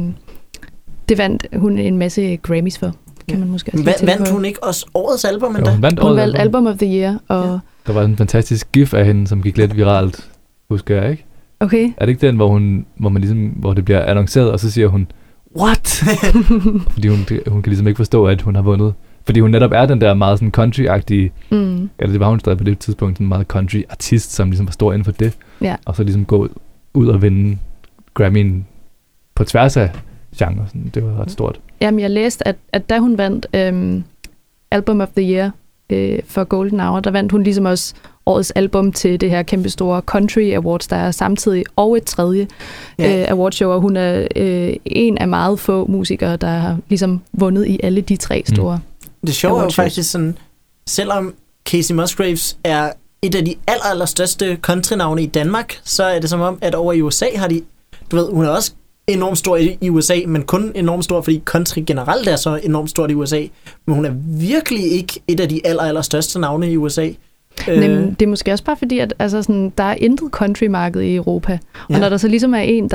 det vandt hun en masse Grammys for. Kan man måske også Vandt hun ikke også årets album? Jo, hun vandt hun årets valgte album of the Year. Og Der var en fantastisk gif af hende, som gik lidt viralt, husker jeg, ikke? okay. Er det ikke den, hvor det bliver annonceret, og så siger hun, what? Fordi hun kan ligesom ikke forstå, at hun har vundet. Fordi hun netop er den der meget sådan country-agtige, eller det var hun stadig på det tidspunkt, en meget country-artist, som ligesom var stor inden for det. Ja. Og så ligesom gå ud og vinde Grammy'en på tværs af genre. Sådan. Det var ret stort. Jamen, jeg læste, at da hun vandt Album of the Year for Golden Hour, der vandt hun ligesom også årets album til det her kæmpe store Country Awards, der er samtidig, og et tredje awardshow, og hun er en af meget få musikere, der har ligesom vundet i alle de tre store. Det sjove er jo faktisk sådan, selvom Kacey Musgraves er et af de allerstørste countrynavne i Danmark, så er det som om, at over i USA har de, du ved, hun er også enormt stor i USA, men kun enormt stor, fordi country generelt er så enormt stort i USA. Men hun er virkelig ikke et af de allerstørste navne i USA. Det er måske også bare fordi, at altså sådan, der er intet country-marked i Europa. Og når der så ligesom er en,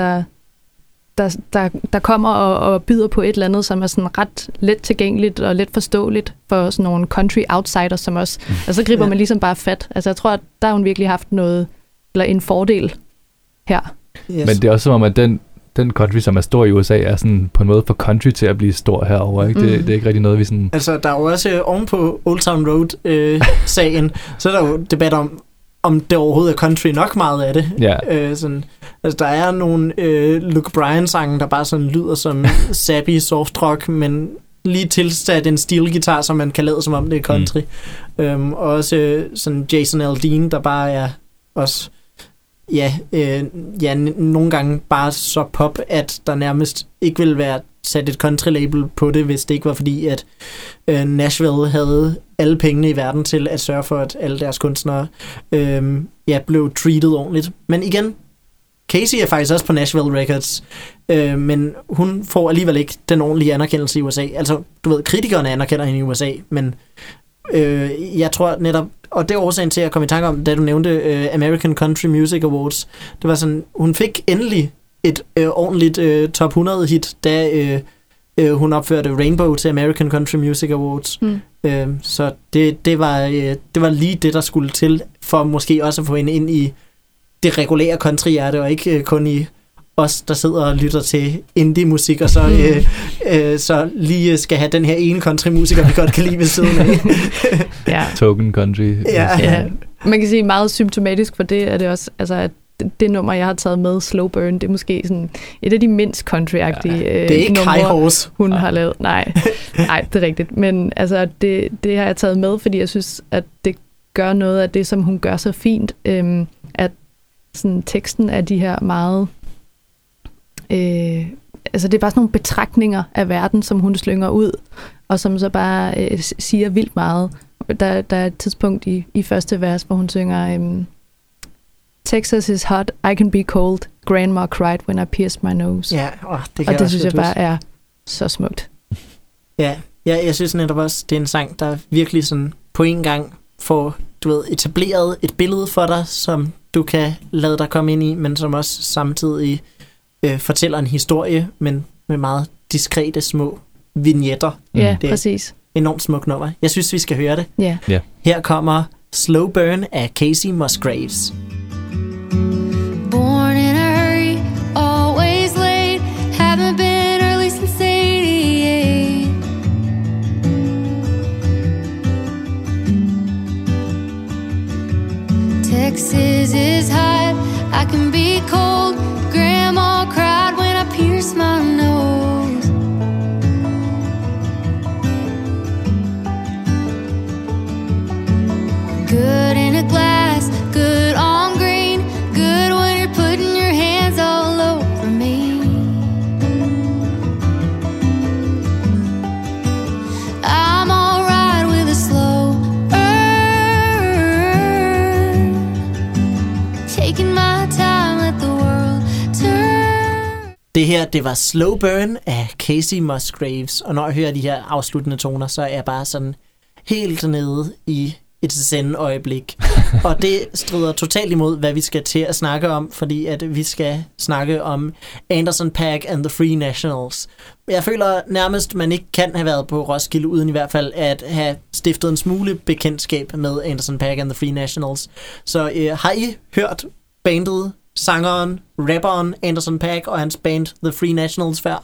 der kommer og byder på et eller andet, som er sådan ret let tilgængeligt og let forståeligt for sådan nogle country outsiders som os, og så griber man ligesom bare fat. Altså jeg tror, at der har hun virkelig haft noget, eller en fordel her. Yes. Men det er også som om, at den country, som er stor i USA, er sådan på en måde for country til at blive stor herover, ikke? Det er ikke rigtig noget, vi sådan... Altså, der er jo også oven på Old Town Road-sagen, så er der jo debat om det overhovedet er country nok meget af det. Ja. Sådan, altså, der er nogle Luke Bryan-sange, der bare sådan lyder som sappy soft rock, men lige tilsat en steel-guitar, som man kan lade som om det er country. Og også sådan Jason Aldean, der bare er også... nogle gange bare så pop, at der nærmest ikke ville være sat et country-label på det, hvis det ikke var fordi, at Nashville havde alle pengene i verden til at sørge for, at alle deres kunstnere blev treated ordentligt. Men igen, Kacey er faktisk også på Nashville Records, men hun får alligevel ikke den ordentlige anerkendelse i USA. Altså, du ved, kritikerne anerkender hende i USA, men jeg tror netop, og det er årsagen til at komme i tanke om, da du nævnte American Country Music Awards, det var sådan, hun fik endelig et ordentligt top 100 hit, da hun opførte Rainbow til American Country Music Awards. Så det var lige det, der skulle til, for måske også at få hende ind i det regulære country-hjerte, og ikke kun i os, der sidder og lytter til indie-musik, og så lige skal have den her ene country-musiker, vi godt kan lide ved siden af. Token country. Ja. Man kan sige meget symptomatisk for det, er det også, altså at det nummer, jeg har taget med, Slow Burn, det er måske sådan et af de mindst country-agtige det er ikke High Horse. Hun har lavet. Nej, det er rigtigt. Men altså, det har jeg taget med, fordi jeg synes, at det gør noget af det, som hun gør så fint, at sådan, teksten af de her meget... altså det er bare sådan nogle betragtninger af verden, som hun slynger ud, og som så bare siger vildt meget. Der er et tidspunkt i første vers, hvor hun synger Texas is hot, I can be cold, Grandma cried when I pierced my nose. Ja, det synes jeg bare er så smukt. Ja, jeg synes netop også, det er en sang, der virkelig sådan på en gang får, du ved, etableret et billede for dig, som du kan lade dig komme ind i, men som også samtidig fortæller en historie, men med meget diskrete små vignetter. Ja, præcis. Enormt smukt nummer. Jeg synes, vi skal høre det. Ja. Her kommer Slow Burn af Kacey Musgraves. Born in a hurry, always late, haven't been early since 88. Texas is hot, I can be cold, Grandma cried when I pierced my nose. Good in a glass, good on green, good when you're putting your hands all over me. I'm alright with a slow burn, taking my time, let the world turn. Det her, det var Slow Burn af Casey Musgraves, og når jeg hører de her afsluttende toner, så er jeg bare sådan helt nede i et zen-øjeblik. Og det strider totalt imod, hvad vi skal til at snakke om, fordi at vi skal snakke om Anderson .Paak and the Free Nationals. Jeg føler nærmest, man ikke kan have været på Roskilde, uden i hvert fald at have stiftet en smule bekendtskab med Anderson .Paak and the Free Nationals. Så har I hørt bandet, sangeren, rapperen Anderson .Paak og hans band The Free Nationals før?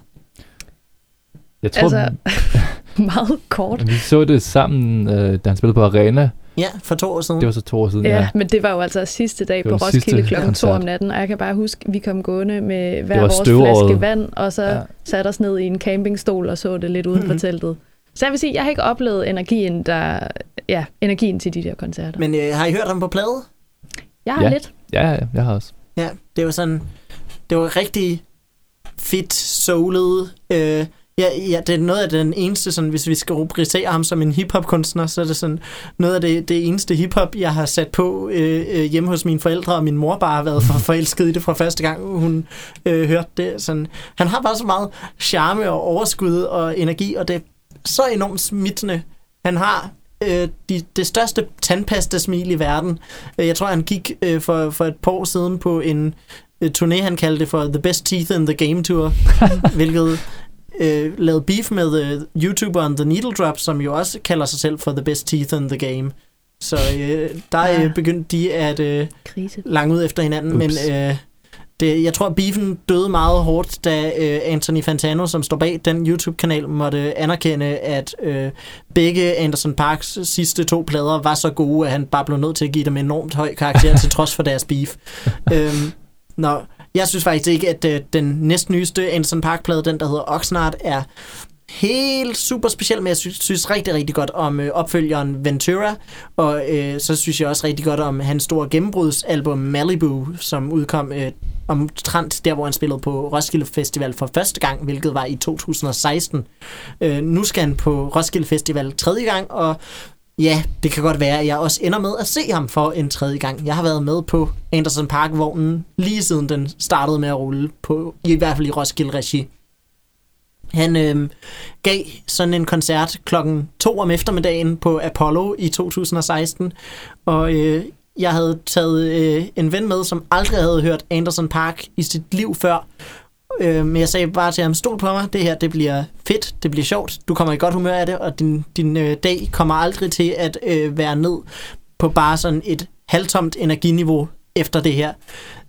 Jeg tror, meget kort. Vi så det sammen, da han spillede på Arena. Ja, for 2 år siden. Det var så 2 år siden, ja. Men det var jo altså sidste dag på Roskilde klokken 2 om natten, og jeg kan bare huske, vi kom gående med hver vores flaske vand, og så satte os ned i en campingstol og så det lidt uden for teltet. Så jeg vil sige, jeg har ikke oplevet energien til de der koncerter. Men har I hørt ham på plade? Jeg har lidt. Ja, jeg har også. Ja, det var sådan, det var rigtig fedt, soulet. Ja, det er noget af den eneste, sådan, hvis vi skal rubricere ham som en hiphop-kunstner, så er det sådan noget af det eneste hiphop, jeg har sat på hjemme hos mine forældre, og min mor bare har været forelsket i det fra første gang, hun hørte det. Sådan, han har bare så meget charme og overskud og energi, og det er så enormt smittende. Han har det største tandpasta-smil i verden. Jeg tror, han gik for et par år siden på en turné, han kaldte det for The Best Teeth in the Game Tour, hvilket lavede beef med YouTuberen The Needle Drop, som jo også kalder sig selv for The Best Teeth in the Game. Så der begyndte de at lange ud efter hinanden, men jeg tror, beefen døde meget hårdt, da Anthony Fantano, som står bag den YouTube-kanal, måtte anerkende, at begge Anderson .Paaks sidste 2 plader var så gode, at han bare blev nødt til at give dem enormt høj karakter til trods for deres beef. Jeg synes faktisk ikke, at den næstnyeste Anderson .Paak-plade, den der hedder Oxnard, er helt super speciel, men jeg synes rigtig, rigtig godt om opfølgeren Ventura, og så synes jeg også rigtig godt om hans store gennembrudsalbum Malibu, som udkom omtrent der, hvor han spillede på Roskilde Festival for første gang, hvilket var i 2016. Nu skal han på Roskilde Festival 3. gang, og ja, det kan godt være, at jeg også ender med at se ham for en 3. gang. Jeg har været med på Anderson .Paak-vognen lige siden den startede med at rulle på, i hvert fald i Roskilde-regi. Han gav sådan en koncert klokken 2 om eftermiddagen på Apollo i 2016, og jeg havde taget en ven med, som aldrig havde hørt Anderson .Paak i sit liv før, men jeg sagde bare til ham, stol på mig, det her, det bliver fedt, det bliver sjovt, du kommer i godt humør af det, og din dag kommer aldrig til at være ned på bare sådan et halvtomt energiniveau efter det her.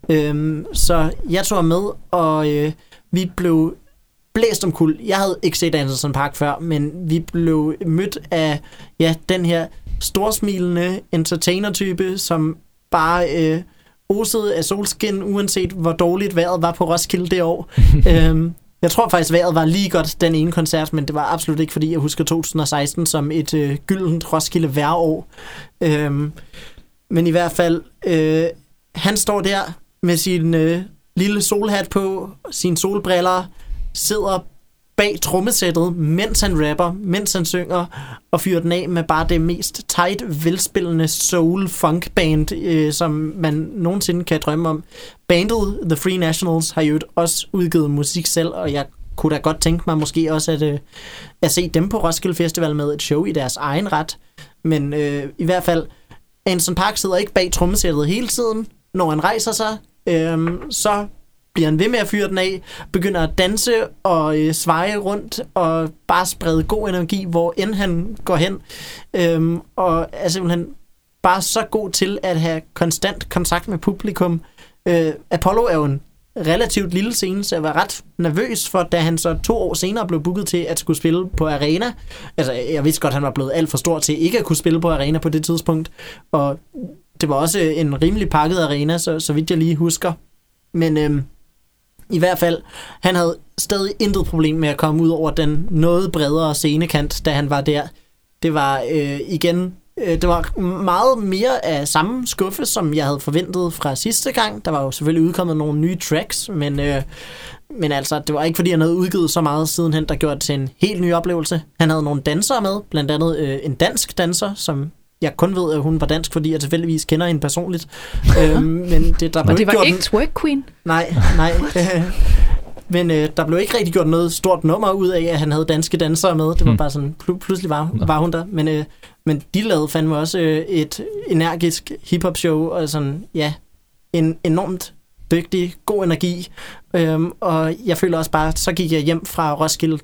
Så jeg tog med, og vi blev blæst omkuld. Jeg havde ikke set Anderson .Paak før, men vi blev mødt af den her storsmilende entertainer-type, som bare osede af solskin, uanset hvor dårligt vejret var på Roskilde det år. Jeg tror faktisk, vejret var lige godt den ene koncert, men det var absolut ikke, fordi jeg husker 2016 som et gyldent Roskilde vejrår. Men i hvert fald, han står der med sin lille solhat på, sine solbriller, sidder bag trommesættet, mens han rapper, mens han synger, og fyrer den af med bare det mest tight, velspillende soul-funk-band, som man nogensinde kan drømme om. Bandet The Free Nationals har jo også udgivet musik selv, og jeg kunne da godt tænke mig måske også at se dem på Roskilde Festival med et show i deres egen ret. Men i hvert fald, Anderson .Paak sidder ikke bag trommesættet hele tiden. Når han rejser sig, så bliver han ved med at fyre den af, begynder at danse og sveje rundt og bare sprede god energi, hvor end han går hen. Og er simpelthen bare så god til at have konstant kontakt med publikum. Apollo er jo en relativt lille scene, så jeg var ret nervøs for, da han så 2 år senere blev booket til at skulle spille på Arena. Altså, jeg vidste godt, at han var blevet alt for stor til ikke at kunne spille på Arena på det tidspunkt. Og det var også en rimelig pakket arena, så vidt jeg lige husker. Men i hvert fald, han havde stadig intet problem med at komme ud over den noget bredere scenekant, da han var der. Det var det var meget mere af samme skuffe, som jeg havde forventet fra sidste gang. Der var jo selvfølgelig udkommet nogle nye tracks, men altså, det var ikke fordi, han havde udgivet så meget sidenhen, der gjorde det til en helt ny oplevelse. Han havde nogle dansere med, blandt andet en dansk danser, som jeg kun ved, at hun var dansk, fordi jeg tilfældigvis kender hende personligt. Men det var ikke Twerk Queen? Nej. Men der blev ikke rigtig gjort noget stort nummer ud af, at han havde danske dansere med. Det var bare sådan, pludselig var hun der. Men de lavede fandme også et energisk hiphop-show, og sådan, ja, en enormt dygtig, god energi. Og jeg føler også bare, så gik jeg hjem fra Roskilde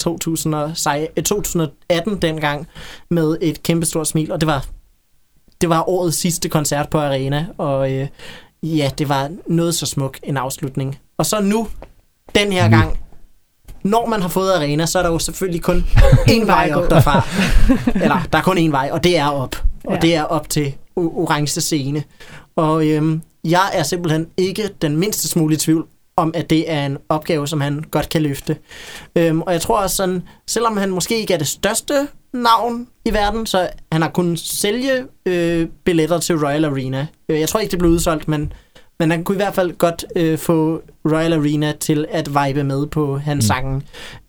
2018 dengang, med et kæmpestort smil, og det var årets sidste koncert på Arena, og ja, det var noget så smuk en afslutning. Og så nu, den her gang, når man har fået Arena, så er der jo selvfølgelig kun én vej op derfra. Eller, der er kun én vej, og det er op. Og det er op til orange scene. Og jeg er simpelthen ikke den mindste smule i tvivl om, at det er en opgave, som han godt kan løfte. Og jeg tror også sådan, selvom han måske ikke er det største navn i verden, så han har kunnet sælge billetter til Royal Arena. Jeg tror ikke, det blev udsolgt, men han kunne i hvert fald godt få Royal Arena til at vibe med på hans sangen.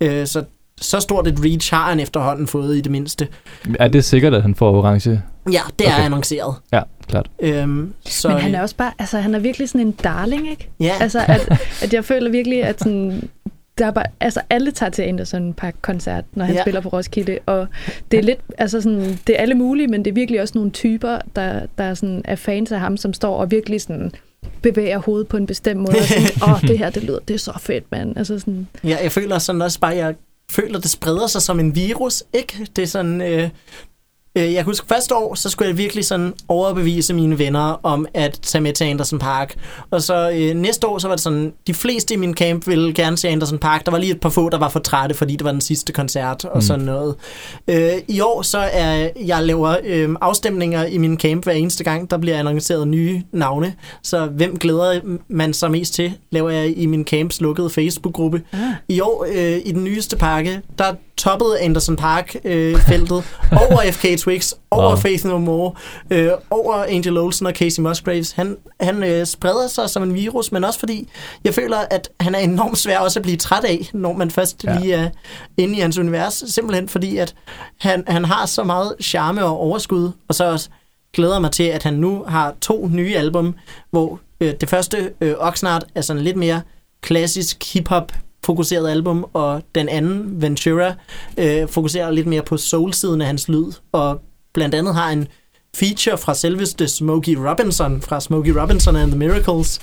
Så stort et reach har han efterhånden fået i det mindste. Er det sikkert, at han får orange? Ja, det er annonceret. Ja, klart. Så, men han er også bare, altså han er virkelig sådan en darling, ikke? Ja. Altså at jeg føler virkelig, at sådan, der er bare, altså alle tager til Anderson Paak-koncert, når han spiller på Roskilde, og det er lidt, altså sådan, det er alle mulige, men det er virkelig også nogle typer, der sådan er fans af ham, som står og virkelig sådan bevæger hovedet på en bestemt måde, og sådan, det her, det er så fedt, mand. Altså sådan. Ja, jeg føler sådan også bare, jeg føler, det spreder sig som en virus, ikke? Det er sådan, jeg husker første år, så skulle jeg virkelig sådan overbevise mine venner om at tage med til Anderson Paak. Og så næste år, så var det sådan, de fleste i min camp ville gerne se Anderson Paak. Der var lige et par få, der var for trætte, fordi det var den sidste koncert og sådan noget. I år, så jeg laver afstemninger i min camp hver eneste gang. Der bliver annonceret nye navne. Så hvem glæder man sig mest til, laver jeg i min camps lukkede Facebook-gruppe. I år, i den nyeste pakke, der toppede Anderson Paak feltet over FK Twigs, over Faith No More, over Angel Olsen og Casey Musgraves. Han spreder sig som en virus, men også fordi jeg føler, at han er enormt svær også at blive træt af, når man først lige er inde i hans univers. Simpelthen fordi, at han har så meget charme og overskud, og så også glæder mig til, at han nu har 2 nye album, hvor det første, Oxnard, er sådan lidt mere klassisk hip-hop fokuseret album, og den anden, Ventura, fokuserer lidt mere på soul-siden af hans lyd, og blandt andet har en feature fra selveste Smokey Robinson, fra Smokey Robinson and the Miracles,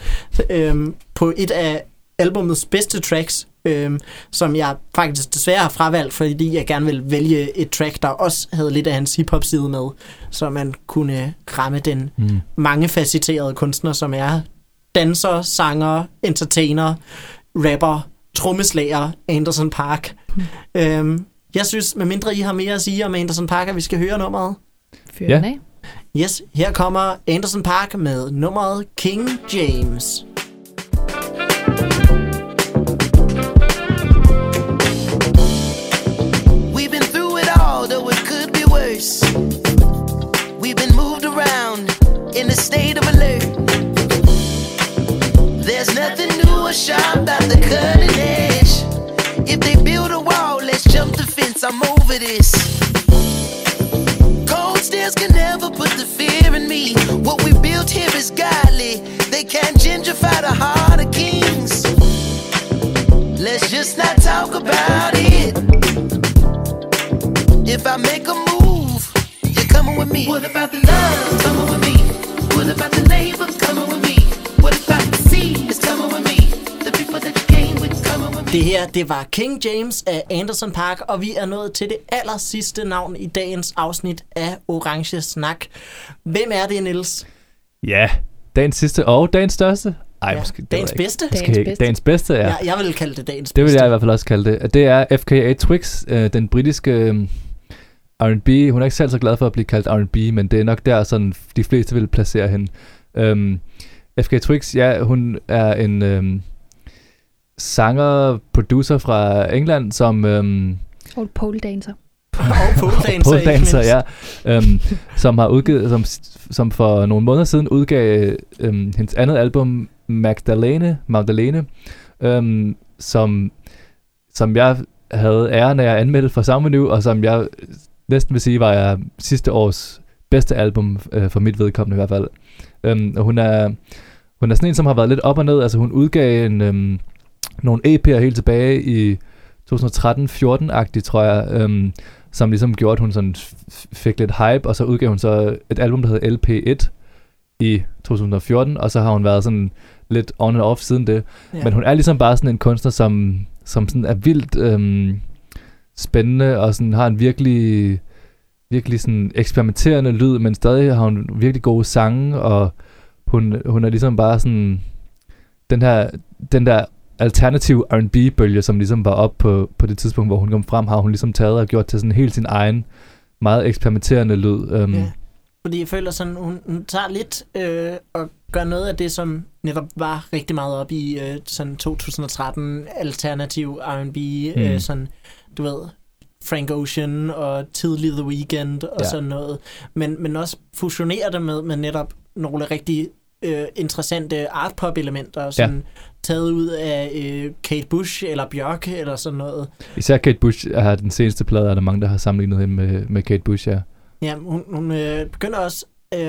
på et af albumets bedste tracks, som jeg faktisk desværre har fravalgt, fordi jeg gerne vil vælge et track, der også havde lidt af hans hip-hop side med, så man kunne ramme den mangefacetterede kunstner, som er danser, sanger, entertainer, rapper, trommeslager Anderson Paak. Jeg synes, med mindre I har mere at sige om Anderson Paak, at vi skal høre nummeret. Fyr den af. Yes, her kommer Anderson Paak med nummeret King James. We've been through it all, though it could be worse. We've been moved around in a state of alert. There's nothing new or sharp about the cutting edge. If they build a wall, let's jump the fence, I'm over this. Cold stairs can never put the fear in me. What we built here is godly. They can't gentrify the heart of kings. Let's just not talk about it. If I make a move, you're coming with me. What about the love? Coming with me. What about the neighbors? Coming with me. What about the sea? It's coming with me. The people that you came with coming with me. Det her, det var King James af Anderson Paak, og vi er nået til det aller sidste navn i dagens afsnit af Orange Snak. Hvem er det, Niels? Ja, dagens sidste og dagens største. Ej, måske, dagens bedste? Dagens bedste, ja. Jeg vil kalde det dagens bedste. Det vil jeg i hvert fald også kalde det. Det er FKA Twigs, den britiske R&B. Hun er ikke selv så glad for at blive kaldt R&B, men det er nok der, sådan de fleste vil placere hende. FKA Twigs, ja, hun er en sanger, producer fra England, som... Og pole dancer. Pole dancer, ja. Som har udgivet, som for nogle måneder siden udgav hendes andet album, Magdalene, som jeg havde æren af at anmelde for Sound Menu, og som jeg næsten vil sige var sidste års bedste album for mit vedkommende i hvert fald. Og hun er sådan en, som har været lidt op og ned. Altså hun udgav nogle EP'er helt tilbage i 2013-14-agtigt, tror jeg, som ligesom gjorde, at hun sådan fik lidt hype, og så udgav hun så et album, der hedder LP1 i 2014, og så har hun været sådan lidt on and off siden det. Ja. Men hun er ligesom bare sådan en kunstner, som sådan er vildt spændende, og sådan har en virkelig sådan eksperimenterende lyd, men stadig har hun virkelig gode sange, og hun er ligesom bare sådan den der alternative R&B-bølge, som ligesom var op på det tidspunkt, hvor hun kom frem, har hun ligesom taget og gjort til sådan helt sin egen, meget eksperimenterende lyd. Ja, fordi jeg føler sådan, hun tager lidt og gør noget af det, som netop var rigtig meget op i sådan 2013 alternativ R&B, sådan, du ved, Frank Ocean og tidlig The Weeknd og sådan noget, men også fusionerer det med netop nogle rigtig interessante art-pop-elementer, sådan taget ud af Kate Bush eller Bjørk eller sådan noget. Især Kate Bush er den seneste plade, er der mange, der har sammenlignet hende med Kate Bush, ja. Ja, hun begynder også,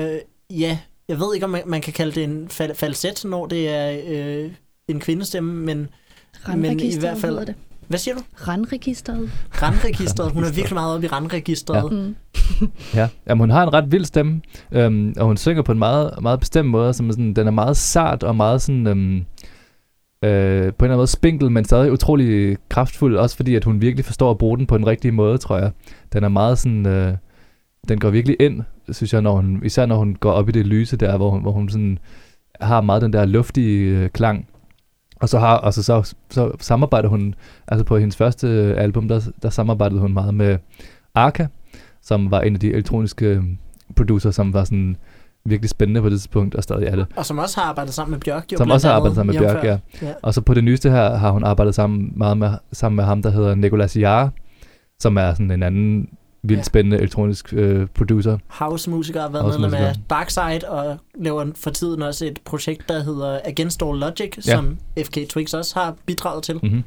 jeg ved ikke, om man kan kalde det en falset, når det er en kvindestemme, men i hvert fald... Det. Hvad siger du? Randregisteret. Randregisteret. Hun er virkelig meget oppe i randregisteret. Ja. Jamen, hun har en ret vild stemme, og hun synger på en meget, meget bestemt måde, som sådan, den er meget sart og meget sådan, på en eller anden måde spinkel, men stadig utrolig kraftfuld, også fordi, at hun virkelig forstår at bruge den på den rigtige måde, tror jeg. Den er meget sådan, den går virkelig ind, synes jeg, især når hun går op i det lyse der, hvor hun sådan har meget den der luftige klang. Og så samarbejder hun, altså på hendes første album, der samarbejdede hun meget med Arca, som var en af de elektroniske producer, som var sådan virkelig spændende på det tidspunkt, og stadig er det. Og som også har arbejdet sammen med Bjørk. Som også har arbejdet sammen med Bjørk, ja. Og så på det nyeste her har hun arbejdet sammen med ham, der hedder Nicolas Jarre, som er sådan en anden vildt spændende elektronisk producer. House-musiker, har været medlem af Darkside, og laver for tiden også et projekt, der hedder Against All Logic, som FK Twigs også har bidraget til. Mm-hmm.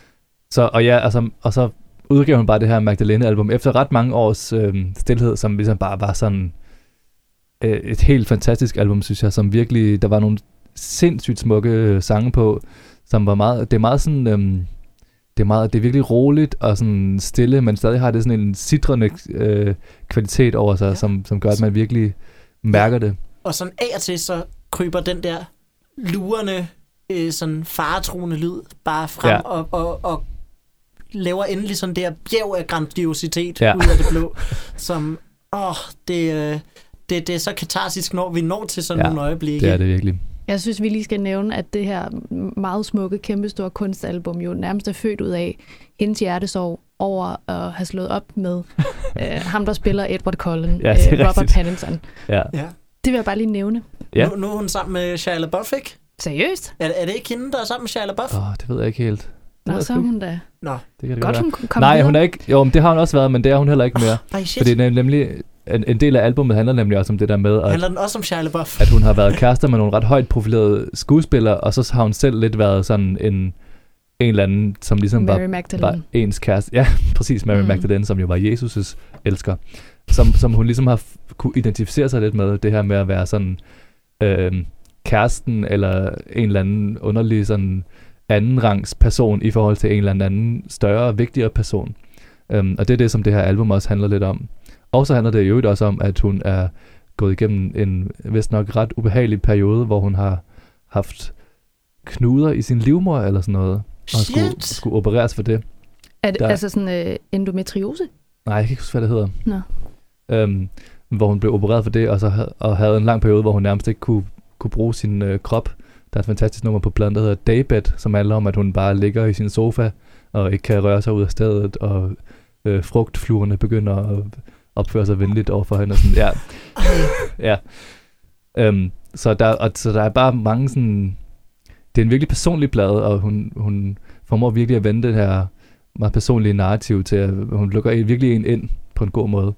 Og så udgav hun bare det her Magdalene-album efter ret mange års stilhed, som ligesom bare var sådan et helt fantastisk album, synes jeg, som virkelig, der var nogle sindssygt smukke sange på, som var meget, det er meget sådan... Det er virkelig roligt og sådan stille, men stadig har det sådan en sitrende kvalitet over sig, som gør, at man virkelig mærker det. Og sådan af og til, så kryber den der lurende, sådan faretruende lyd bare frem og laver endelig sådan der bjerg af grandiositet ud af det blå, som, det er så katarsisk, når vi når til sådan nogle øjeblikke. Det er det virkelig. Jeg synes, vi lige skal nævne, at det her meget smukke, kæmpestore kunstalbum jo nærmest er født ud af hendes hjertesorg over at have slået op med ham, der spiller Edward Cullen, Robert Pattinson. Ja. Det vil jeg bare lige nævne. Ja. Nu er hun sammen med Shia LaBeouf, ikke? Seriøst? Er det ikke hende, der er sammen med Shia LaBeouf? Det ved jeg ikke helt. Nå, så er hun da. Nå. Det kan godt, hun kom Nej, videre. hun er ikke. Jo, men det har hun også været, men det er hun heller ikke mere. Fordi det er nemlig... En del af albumet handler nemlig også om det der med, handler den også om Shia LaBeouf? At hun har været kærester med nogle ret højt profilerede skuespillere, og så har hun selv lidt været sådan en eller anden, som ligesom var ens kæreste. Ja, præcis, Mary Magdalene, som jo var Jesus' elsker. Som hun ligesom har kunne identificere sig lidt med, det her med at være sådan kæresten, eller en eller anden underlig sådan anden rangs person i forhold til en eller anden større, vigtigere person. Og det er det, som det her album også handler lidt om. Og så handler det jo også om, at hun er gået igennem en vist nok ret ubehagelig periode, hvor hun har haft knuder i sin livmor eller sådan noget. Og skulle opereres for det. Er det altså sådan endometriose? Nej, jeg kan ikke huske, hvad det hedder. Nå. Hvor hun blev opereret for det, og havde en lang periode, hvor hun nærmest ikke kunne bruge sin krop. Der er et fantastisk nummer på pladen, der hedder Daybed, som handler om, at hun bare ligger i sin sofa og ikke kan røre sig ud af stedet, og frugtfluerne begynder at opføre sig venligt overfor hende. Og sådan, så der er bare mange sådan... Det er en virkelig personlig plade, og hun formår virkelig at vende det her meget personlige narrativ til, at hun lukker virkelig en ind på en god måde.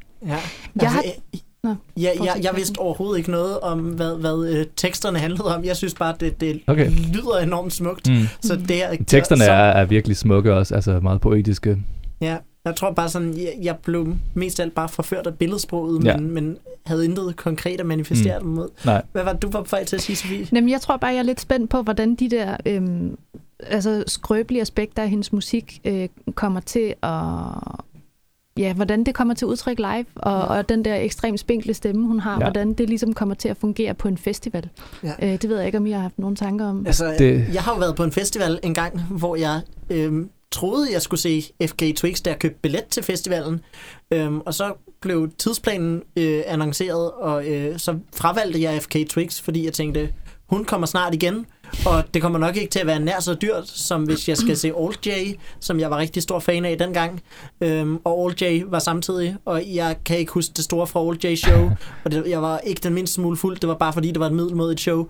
Jeg vidste overhovedet ikke noget om, hvad teksterne handlede om. Jeg synes bare, det lyder enormt smukt. Så teksterne er virkelig smukke også, altså meget poetiske. Ja, jeg tror bare sådan, jeg blev mest af alt bare forført af billedsproget, men havde intet konkret at manifestere dem mod. Nej. Hvad var du på vej til at sige, Sofie? Jamen, jeg tror bare, jeg er lidt spændt på, hvordan de der skrøbelige aspekter af hendes musik kommer til at... Ja, hvordan det kommer til at udtrykke live, og den der ekstremt spinkle stemme, hun har, hvordan det ligesom kommer til at fungere på en festival. Ja. Det ved jeg ikke, om I har haft nogle tanker om. Altså, jeg har jo været på en festival en gang, hvor jeg troede, jeg skulle se FK Twigs, da jeg købte billet til festivalen. Og så blev tidsplanen annonceret, og så fravalgte jeg FK Twigs, fordi jeg tænkte, hun kommer snart igen, og det kommer nok ikke til at være nær så dyrt, som hvis jeg skal se Alt J, som jeg var rigtig stor fan af dengang. Og Alt J var samtidig, og jeg kan ikke huske det store fra Alt J show, og jeg var ikke den mindste smule fuld, det var bare fordi, det var et middelmådigt show.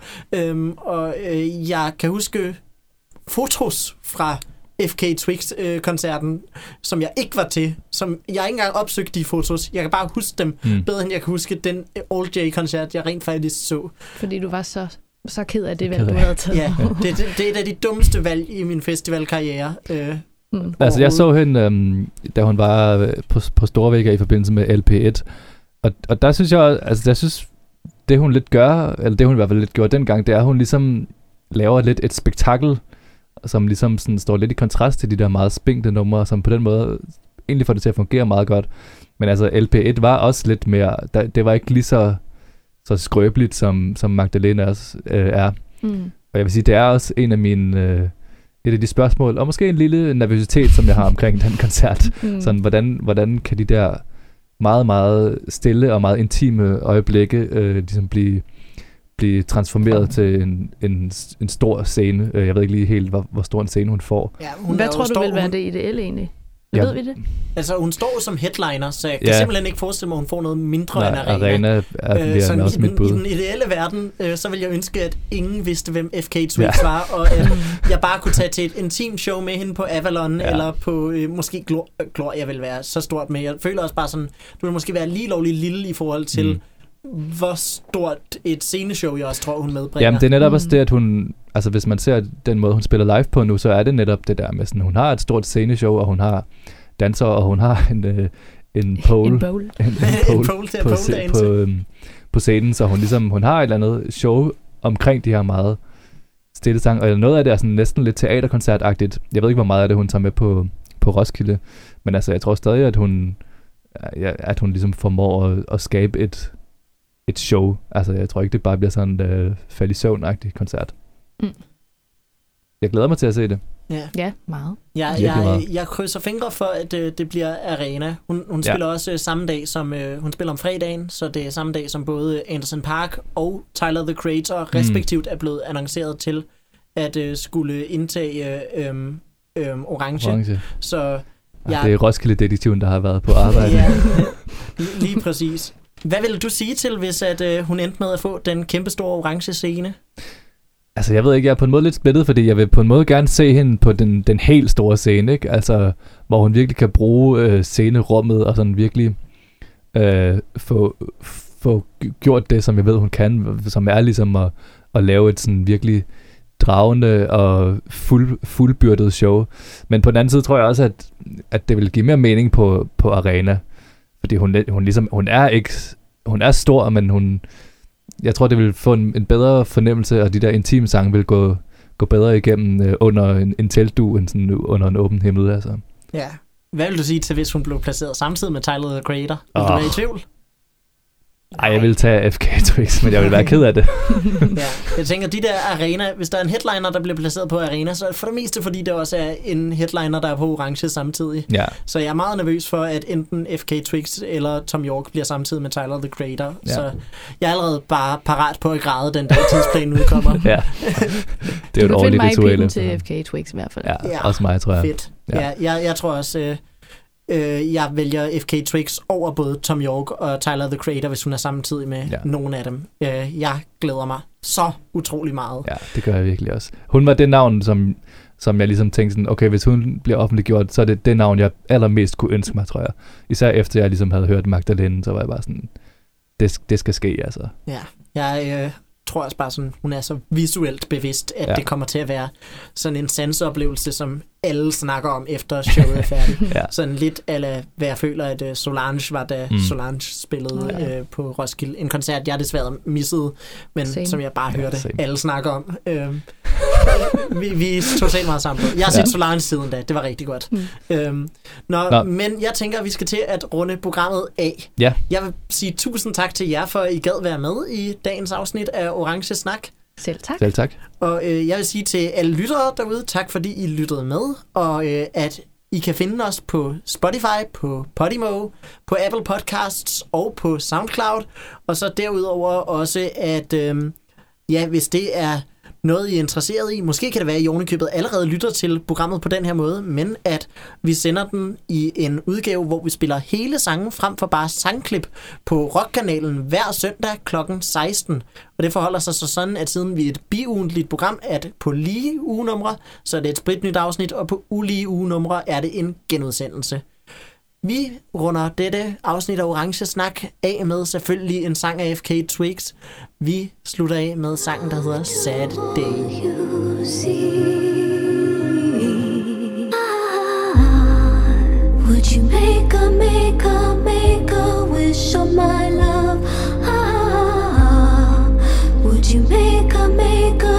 Jeg kan huske fotos fra FK Twigs-koncerten, som jeg ikke var til, som jeg ikke engang opsøgte de fotos. Jeg kan bare huske dem bedre, end jeg kan huske den Alt J-koncert, jeg rent faktisk så. Fordi du var så ked af det valg, du havde taget. Ja, det er et af de dummeste valg i min festivalkarriere. Altså, jeg så hende, da hun var på Storvægger i forbindelse med LP1, og der synes jeg synes, det hun lidt gør, eller det hun i hvert fald lidt gjorde dengang, det er, at hun ligesom laver lidt et spektakel, som ligesom sådan står lidt i kontrast til de der meget spinkle numre, som på den måde egentlig får det til at fungere meget godt. Men altså, LP1 var også lidt mere, det var ikke lige så skrøbeligt, som Magdalena også er. Og jeg vil sige, det er også en af mine, et af de spørgsmål, og måske en lille nervøsitet, som jeg har omkring den koncert. Sådan, hvordan kan de der meget, meget stille og meget intime øjeblikke ligesom blive transformeret til en stor scene. Jeg ved ikke lige helt, hvor stor en scene hun får. Ja, hvad tror du vil være det ideelle egentlig? Ved vi det? Altså, hun står som headliner, så jeg kan simpelthen ikke forestille mig, at hun får noget mindre end Arena. Arena er også mit bud. I den ideelle verden, så vil jeg ønske, at ingen vidste, hvem FK Twigs var, og at jeg bare kunne tage til et intimt show med hende på Avalon, eller på måske Gloria vil være så stort med. Jeg føler også bare sådan, du vil måske være lige lovlig lille i forhold til, hvor stort et sceneshow, jeg også tror, hun medbringer. Jamen, det er netop også det, at hun... Altså, hvis man ser den måde, hun spiller live på nu, så er det netop det der med sådan, hun har et stort sceneshow, og hun har danser, og hun har en pole på scenen, så hun har et eller andet show omkring de her meget stille sang, og noget af det er sådan næsten lidt teaterkoncertagtigt. Jeg ved ikke, hvor meget af det, hun tager med på Roskilde, men altså, jeg tror stadig, at hun ligesom formår at skabe et show. Altså, jeg tror ikke, det bare bliver sådan en fald i søvn-agtig koncert. Jeg glæder mig til at se det. Ja, meget. Jeg krydser fingre for, at det bliver Arena. Hun spiller også samme dag, som hun spiller om fredagen, så det er samme dag, som både Anderson .Paak og Tyler, the Creator respektivt er blevet annonceret til at skulle indtage Orange. Så det er Roskilde-detektiven, der har været på arbejde. Ja, lige præcis. Hvad vil du sige til, hvis at hun endte med at få den kæmpe store orange scene? Altså, jeg ved ikke, jeg er på en måde lidt splittet, fordi jeg vil på en måde gerne se hende på den helt store scene, ikke? Altså, hvor hun virkelig kan bruge scenerummet og sådan virkelig få gjort det, som jeg ved, hun kan, som er ligesom at lave et sådan virkelig dragende og fuldbyrdet show. Men på den anden side tror jeg også, at det vil give mere mening på Arena, fordi hun er stor, men jeg tror, det vil få en bedre fornemmelse, og de der intime sange vil gå bedre igennem under en teltdue, end sådan under en åben himmel. Altså. Ja. Hvad vil du sige til, hvis hun blev placeret samtidig med Tyler, the Creator? Vil du være i tvivl? Nej, jeg vil tage FK Twigs, men jeg vil være ked af det. Ja, jeg tænker, de der Arena, hvis der er en headliner, der bliver placeret på Arena, så er det for det meste, fordi det også er en headliner, der er på Orange samtidig. Ja. Så jeg er meget nervøs for, at enten FK Twigs eller Tom York bliver samtidig med Tyler, the Creator. Ja. Så jeg er allerede bare parat på at græde, den dag tidsplanen udkommer. Ja. Det er jo et årligt ritual. Du til FK Twigs i hvert fald. Ja, også mig, tror jeg. Fedt. Ja, jeg tror også... jeg vælger FK Twigs over både Tom York og Tyler, the Creator, hvis hun er samtidig med nogen af dem. Jeg glæder mig så utrolig meget. Ja, det gør jeg virkelig også. Hun var det navn, som jeg ligesom tænkte sådan, okay, hvis hun bliver offentliggjort, så er det navn, jeg allermest kunne ønske mig, tror jeg. Især efter jeg ligesom havde hørt Magdalene, så var jeg bare sådan, det skal ske, altså. Ja, jeg tror også bare sådan, hun er så visuelt bevidst, at det kommer til at være sådan en sanseoplevelse, som alle snakker om efter showet er færdigt. Sådan lidt ala, hvad jeg føler, at Solange var, da Solange spillede på Roskilde. En koncert, jeg desværre missede, men som jeg bare hørte alle snakke om. vi tog selv meget sammen på. Jeg har set Solaris siden da. Det var rigtig godt. Men jeg tænker, at vi skal til at runde programmet af. Ja. Jeg vil sige tusind tak til jer, for at I gad være med i dagens afsnit af Orange Snak. Selv tak. Selv tak. Og jeg vil sige til alle lyttere derude, tak fordi I lyttede med, og at I kan finde os på Spotify, på Podimo, på Apple Podcasts og på SoundCloud. Og så derudover også, at hvis det er noget, I er interesseret i, måske kan det være, at I ovenikøbet allerede lytter til programmet på den her måde, men at vi sender den i en udgave, hvor vi spiller hele sangen frem for bare sangklip på Rockkanalen hver søndag kl. 16. Og det forholder sig så sådan, at siden vi er et biugentligt program, at på lige ugenumre, så er det et spritnyt afsnit, og på ulige ugenumre er det en genudsendelse. Vi runder dette afsnit af Orange Snak af med selvfølgelig en sang af FK Twigs. Vi slutter af med sangen, der hedder Sad Day. Would you make a wish on my love? Would you make a